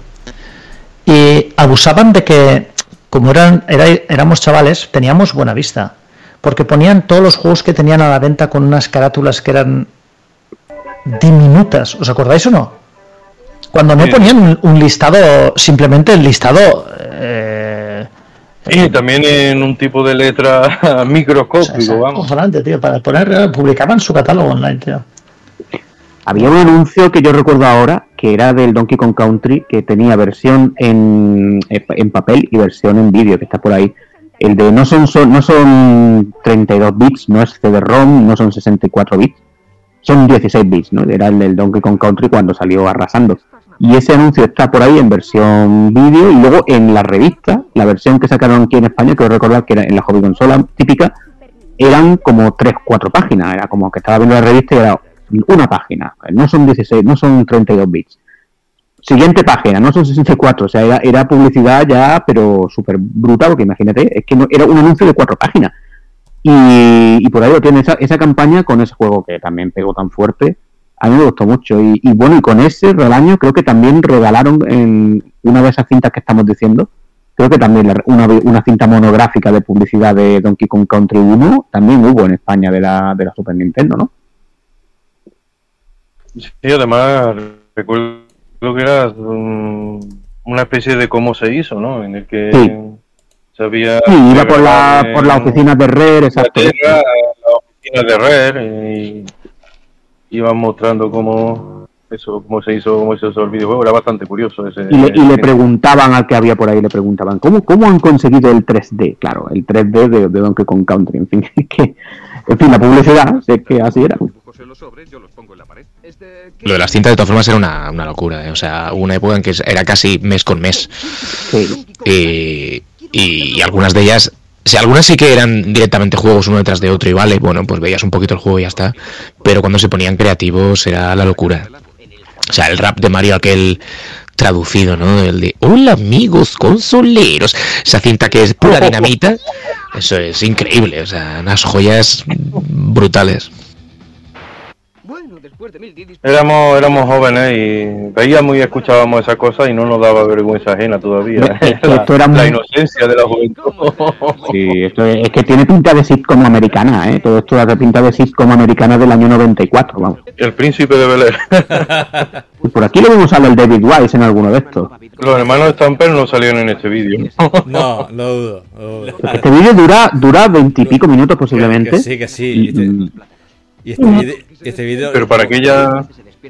y abusaban de que, como eran era, éramos chavales, teníamos buena vista, porque ponían todos los juegos que tenían a la venta con unas carátulas que eran diminutas. ¿Os acordáis o no? Cuando no Sí. ponían un, un listado, simplemente el listado... Eh, Y también en un tipo de letra microscópico, vamos. cojonante, tío, para poner, publicaban su catálogo online, tío. Había un anuncio que yo recuerdo ahora, que era del Donkey Kong Country, que tenía versión en, en papel y versión en vídeo, que está por ahí. El de no son, son no son treinta y dos bits, no es C D ROM, no son sesenta y cuatro bits, son dieciséis bits, ¿no? Era el del Donkey Kong Country cuando salió arrasando. Y ese anuncio está por ahí en versión vídeo, y luego en la revista, la versión que sacaron aquí en España, que os recordar que era en la hobby consola típica, eran como tres cuatro páginas, era como que estaba viendo la revista y era una página, no son dieciséis, no son treinta y dos bits. Siguiente página, no son sesenta y cuatro, o sea, era, era publicidad ya, pero súper brutal, porque imagínate, es que no, era un anuncio de cuatro páginas. Y, y por ahí lo tiene esa, esa campaña con ese juego que también pegó tan fuerte. A mí me gustó mucho. Y, y bueno, y con ese relaño creo que también regalaron en una de esas cintas que estamos diciendo, creo que también la- una, una cinta monográfica de publicidad de Donkey Kong Country uno también hubo en España de la, de la Super Nintendo, ¿no? Sí, además recuerdo que era um, una especie de cómo se hizo, ¿no? En el que Sí. se había... Sí, iba por la, en por las oficinas de Rare, exacto. Inglaterra, las oficinas de Rare, y iban mostrando cómo eso, cómo se hizo, cómo se hizo el videojuego, era bastante curioso. Ese, Y le, y le ese- preguntaban al que había por ahí, le preguntaban, ¿cómo, cómo han conseguido el tres D? Claro, el tres D de, de Donkey Kong Country, en fin, es que, en fin, la publicidad, es que así era. Lo de las cintas de todas formas era una, una locura, ¿eh? O sea, hubo una época en que era casi mes con mes. Sí. Y, y algunas de ellas, o sea, algunas sí que eran directamente juegos uno detrás de otro y vale, bueno, pues veías un poquito el juego y ya está. Pero cuando se ponían creativos era la locura. O sea, el rap de Mario aquel traducido, ¿no? El de hola amigos consoleros. Esa cinta que es pura dinamita. Eso es increíble, o sea, unas joyas brutales. Éramos, éramos jóvenes y veíamos y escuchábamos esas cosas y no nos daba vergüenza ajena todavía. Es que La, esto era la muy- inocencia de la juventud. Sí, esto es, es que tiene pinta de sitcom americana, ¿eh? Todo esto da pinta de sitcom americana del año noventa y cuatro, vamos. El príncipe de Bel-Air. Y por aquí lo vemos al David Wise en alguno de estos. Los hermanos Stamper no salieron en este vídeo. No, lo dudo. lo dudo. Este vídeo dura dura veintipico minutos posiblemente. Que sí, que sí. Y este, y este vídeo... y este vídeo- Pero para aquella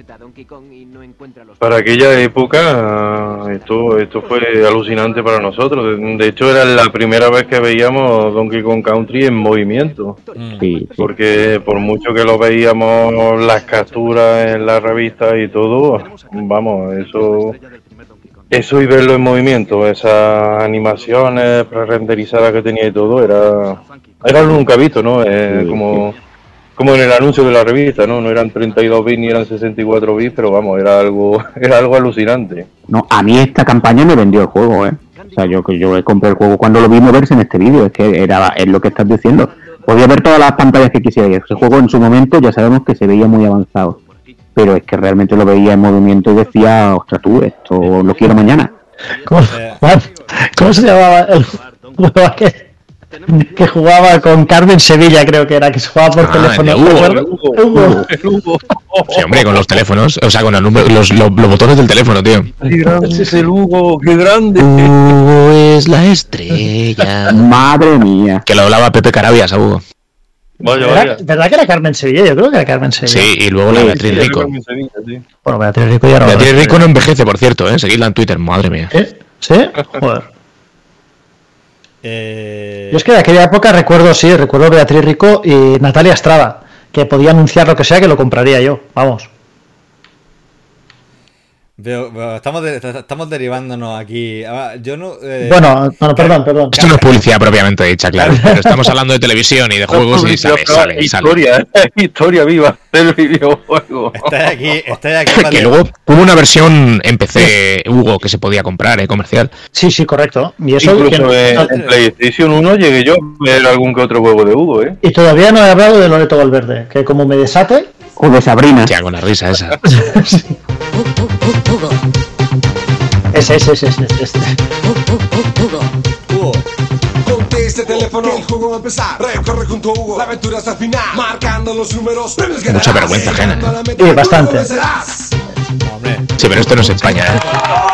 para aquella época esto esto fue alucinante para nosotros. De, de hecho era la primera vez que veíamos Donkey Kong Country en movimiento. Sí, Porque por mucho que lo veíamos las capturas en la revista y todo, vamos, eso eso y verlo en movimiento, esas animaciones pre-renderizadas que tenía y todo, era era algo nunca visto, ¿no? Eh, como como en el anuncio de la revista, ¿no? No eran treinta y dos bits ni eran sesenta y cuatro bits, pero vamos, era algo era algo alucinante. No, a mí esta campaña me vendió el juego, ¿eh? O sea, yo que yo compré el juego cuando lo vi moverse en este vídeo, es que era es lo que estás diciendo. Podía ver todas las pantallas que quisiera. Ese juego en su momento ya sabemos que se veía muy avanzado, pero es que realmente lo veía en movimiento y decía, ostras tú, esto lo quiero mañana. ¿Cómo, Juan, ¿cómo se llamaba el juego aquel? Que jugaba con Carmen Sevilla, creo que era, que se jugaba por Ah, teléfono. el de Hugo, ¿te acuerdas? Hugo. Hugo. Sí, hombre, con los teléfonos, o sea, con el número, los, los, los botones del teléfono, tío. ¡Qué grande es el Hugo! ¡Qué grande! Hugo es la estrella. Madre mía. Que lo hablaba Pepe Carabias a Hugo. Vaya, ¿Verdad, vaya. ¿Verdad que era Carmen Sevilla? Yo creo que era Carmen Sevilla. Sí, y luego la Beatriz Rico. Bueno, Beatriz Rico ya no. Beatriz Rico no envejece, por cierto, ¿eh? Seguidla en Twitter, madre mía. ¿Eh? ¿Sí? Joder. Eh, Yo es que de aquella época recuerdo, sí, recuerdo Beatriz Rico y Natalia Estrada, que podía anunciar lo que sea que lo compraría yo, vamos. veo- veo- estamos, de- estamos derivándonos aquí. Ah, Yo no. eh, Bueno, bueno, perdón, perdón. Esto no es publicidad propiamente dicha, claro. Pero estamos hablando de televisión y de juegos y sale, sale, sale. Historia, historia viva del videojuego. Estáis aquí, estáis aquí para- Que luego hubo una versión en P C, Hugo, que se podía comprar, ¿eh? Comercial. Sí, sí, correcto. Y eso Incluso que- en, en PlayStation uno llegué yo a ver algún que otro juego de Hugo, ¿eh? Y todavía no he hablado de Loreto Valverde, que como me desate. O de Sabrina. Ya, con la risa esa. Ese, ese, ese, ese, ese. Ponte este teléfono, que el juego va a empezar. Recorre junto a Hugo, la aventura hasta el final. Marcando los números, premios ganarás. Mucha vergüenza ajena, ¿eh? Sí, bastante. Vencerás. Sí, pero esto no es España, ¿eh?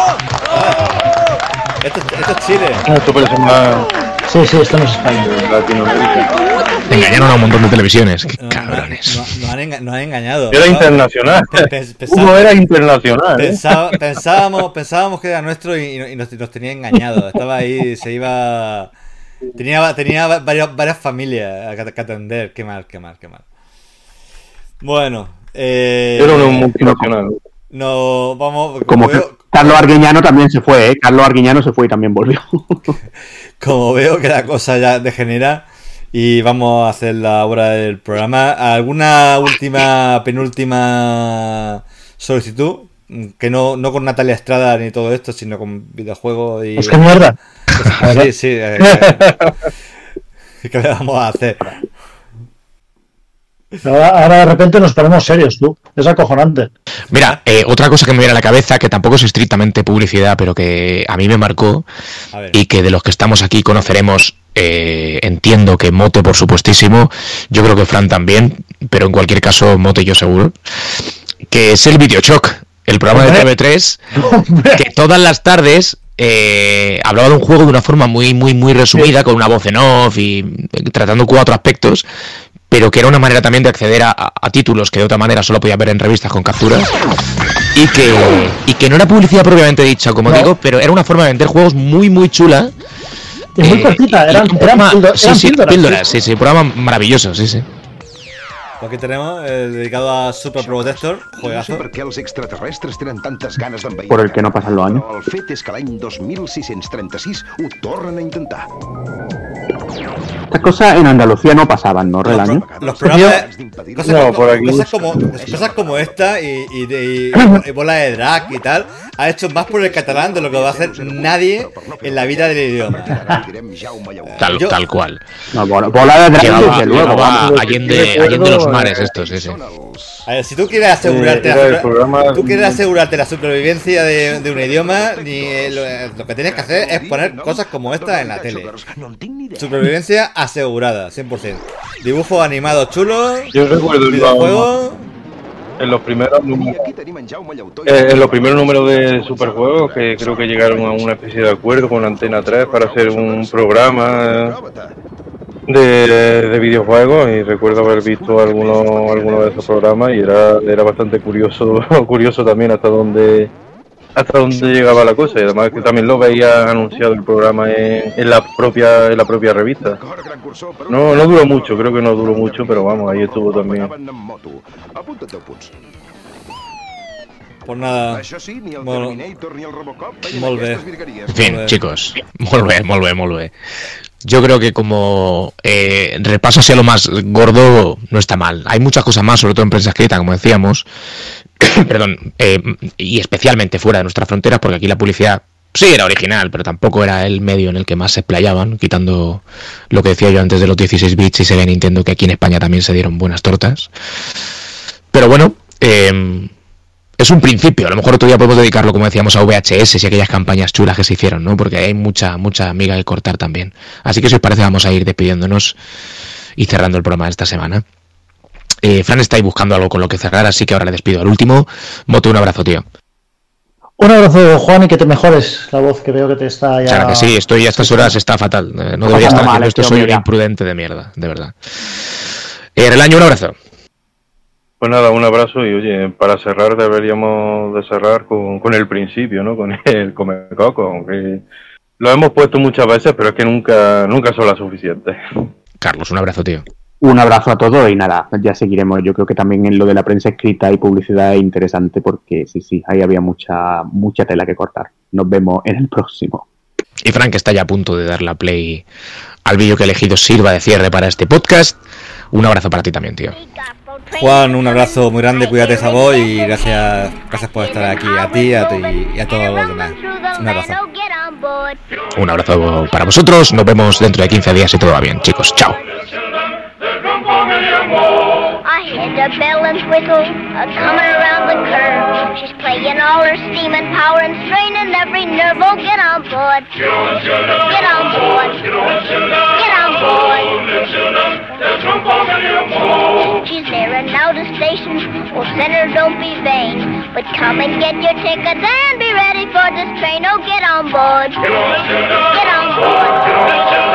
Esto, esto es Chile. Esto parece más Sí, sí, esto no es España. Latinoamérica. Engañaron a un montón de televisiones. Qué cabrones. Nos, nos han, enga- nos han engañado. Era internacional. Pe- pe- pensaba- Hugo era internacional, ¿eh? Pensaba- pensábamos, pensábamos que era nuestro y, y nos, nos tenía engañado. Estaba ahí, se iba. Tenía, tenía varias, varias familias a que, que atender. Qué mal, qué mal, qué mal. Bueno, eh, Era un multinacional. no, vamos. Como que veo, Carlos Arguiñano también se fue, ¿eh? Carlos Arguiñano se fue y también volvió. como veo que la cosa ya degenera y vamos a hacer la hora del programa. ¿Alguna última, penúltima solicitud? Que no, no con Natalia Estrada ni todo esto, sino con videojuegos y... Pues qué mierda. Sí, sí. eh, eh, ¿Qué le vamos a hacer? Ahora, ahora de repente nos ponemos serios, tú. Es acojonante. Mira, eh, otra cosa que me viene a la cabeza, que tampoco es estrictamente publicidad, pero que a mí me marcó A ver. y que de los que estamos aquí conoceremos, eh, entiendo que Mote por supuestísimo, yo creo que Fran también, pero en cualquier caso Mote yo seguro, que es el Videochoc, el programa de T V tres, que todas las tardes eh, hablaba de un juego de una forma muy, muy, muy resumida, con una voz en off y eh, tratando cuatro aspectos, pero que era una manera también de acceder a, a- a títulos que de otra manera solo podía ver en revistas con capturas. y que, y que no era publicidad propiamente dicha, como No. digo, pero era una forma de vender juegos muy, muy chula. Y muy Eh, cortita, y eran, un eran, programa- píldo- sí, eran sí, píldoras. píldoras, sí. sí, sí, programa maravilloso, sí, sí. Aquí tenemos el dedicado a Super Protector, No sé juegazo. per què els extraterrestres tenen tantes ganes d'envair. Por el que no pasan los años. Però el fet és que l'any dos mil sis-cents trenta-sis ho tornen a intentar. Estas cosas en Andalucía no pasaban, ¿no? Relaño. Los programas, cosas, No, como, por aquí. cosas, como, cosas como esta y, y, de- y- y bola de drag y tal, ha hecho más por el catalán de lo que va a hacer nadie en la vida del idioma. Tal, Yo- tal cual. No, bola, bola de drag, Llevaba, desde luego. llevaba vamos. allende, Recuerdo, allende los eh, mares estos, sí, sí. A ver, si tú quieres asegurarte, Eh, la, era el supra- programa- tú quieres asegurarte la supervivencia de, de un idioma, ni eh, lo, lo que tienes que hacer es poner cosas como esta en la tele. Supervivencia asegurada, cien por ciento. Dibujos animados chulos, Yo recuerdo en los, videojuegos. en los primeros números, eh, en los primeros números de Superjuegos, que creo que llegaron a una especie de acuerdo con Antena tres para hacer un programa de, de videojuegos, y recuerdo haber visto algunos algunos de esos programas y era era bastante curioso curioso también hasta dónde hasta dónde llegaba la cosa, y además que también lo veía anunciado el programa en, en la propia en la propia revista. No no duró mucho, creo que no duró mucho, pero vamos, ahí estuvo también. Pues nada, bueno, molt bé. En fin, chicos, molt bé, molt bé, molt bé. Yo creo que como eh, repaso hacia lo más gordo no está mal. Hay muchas cosas más, sobre todo en prensa escrita, como decíamos, perdón, eh, y especialmente fuera de nuestras fronteras, porque aquí la publicidad sí era original, pero tampoco era el medio en el que más se explayaban, quitando lo que decía yo antes de los dieciséis bits y Sega y Nintendo, que aquí en España también se dieron buenas tortas. Pero bueno, eh, es un principio. A lo mejor otro día podemos dedicarlo, como decíamos, a V H S y aquellas campañas chulas que se hicieron, ¿no? Porque hay mucha, mucha miga que cortar también. Así que si os parece vamos a ir despidiéndonos y cerrando el programa de esta semana. Eh, Fran está ahí buscando algo con lo que cerrar, así que ahora le despido al último. Moto, un abrazo, tío. Un abrazo, Juan, y que te mejores la voz, que veo que te está ya... Claro que sí, estoy a estas horas, está fatal. Eh, no debería estar haciendo esto, soy un imprudente de mierda, de verdad. Eh, Relaño, un abrazo. Pues nada, un abrazo y oye, para cerrar deberíamos de cerrar con, con el principio, ¿no? Con el Comecoco, aunque lo hemos puesto muchas veces, pero es que nunca nunca son las suficientes. Carlos, un abrazo, tío. Un abrazo a todos y nada, ya seguiremos. Yo creo que también en lo de la prensa escrita y publicidad es interesante porque sí, sí, ahí había mucha mucha tela que cortar. Nos vemos en el próximo. Y Frank está ya a punto de dar la play al vídeo que he elegido sirva de cierre para este podcast. Un abrazo para ti también, tío. Juan, un abrazo muy grande, cuídate esa voz y gracias, gracias por estar aquí, a ti a ti y a todos los demás. Un abrazo. Un abrazo para vosotros. Nos vemos dentro de quince días si todo va bien, chicos. Chao. I hear the bell and whistle a coming around the curve. She's playing all her steam and power and straining every nerve. Oh, get on board. Get on board. Get on board. She's nearing out the station. Oh, sinner, don't be vain, but come and get your ticket and be ready for this train. Oh, get on board. Get on board.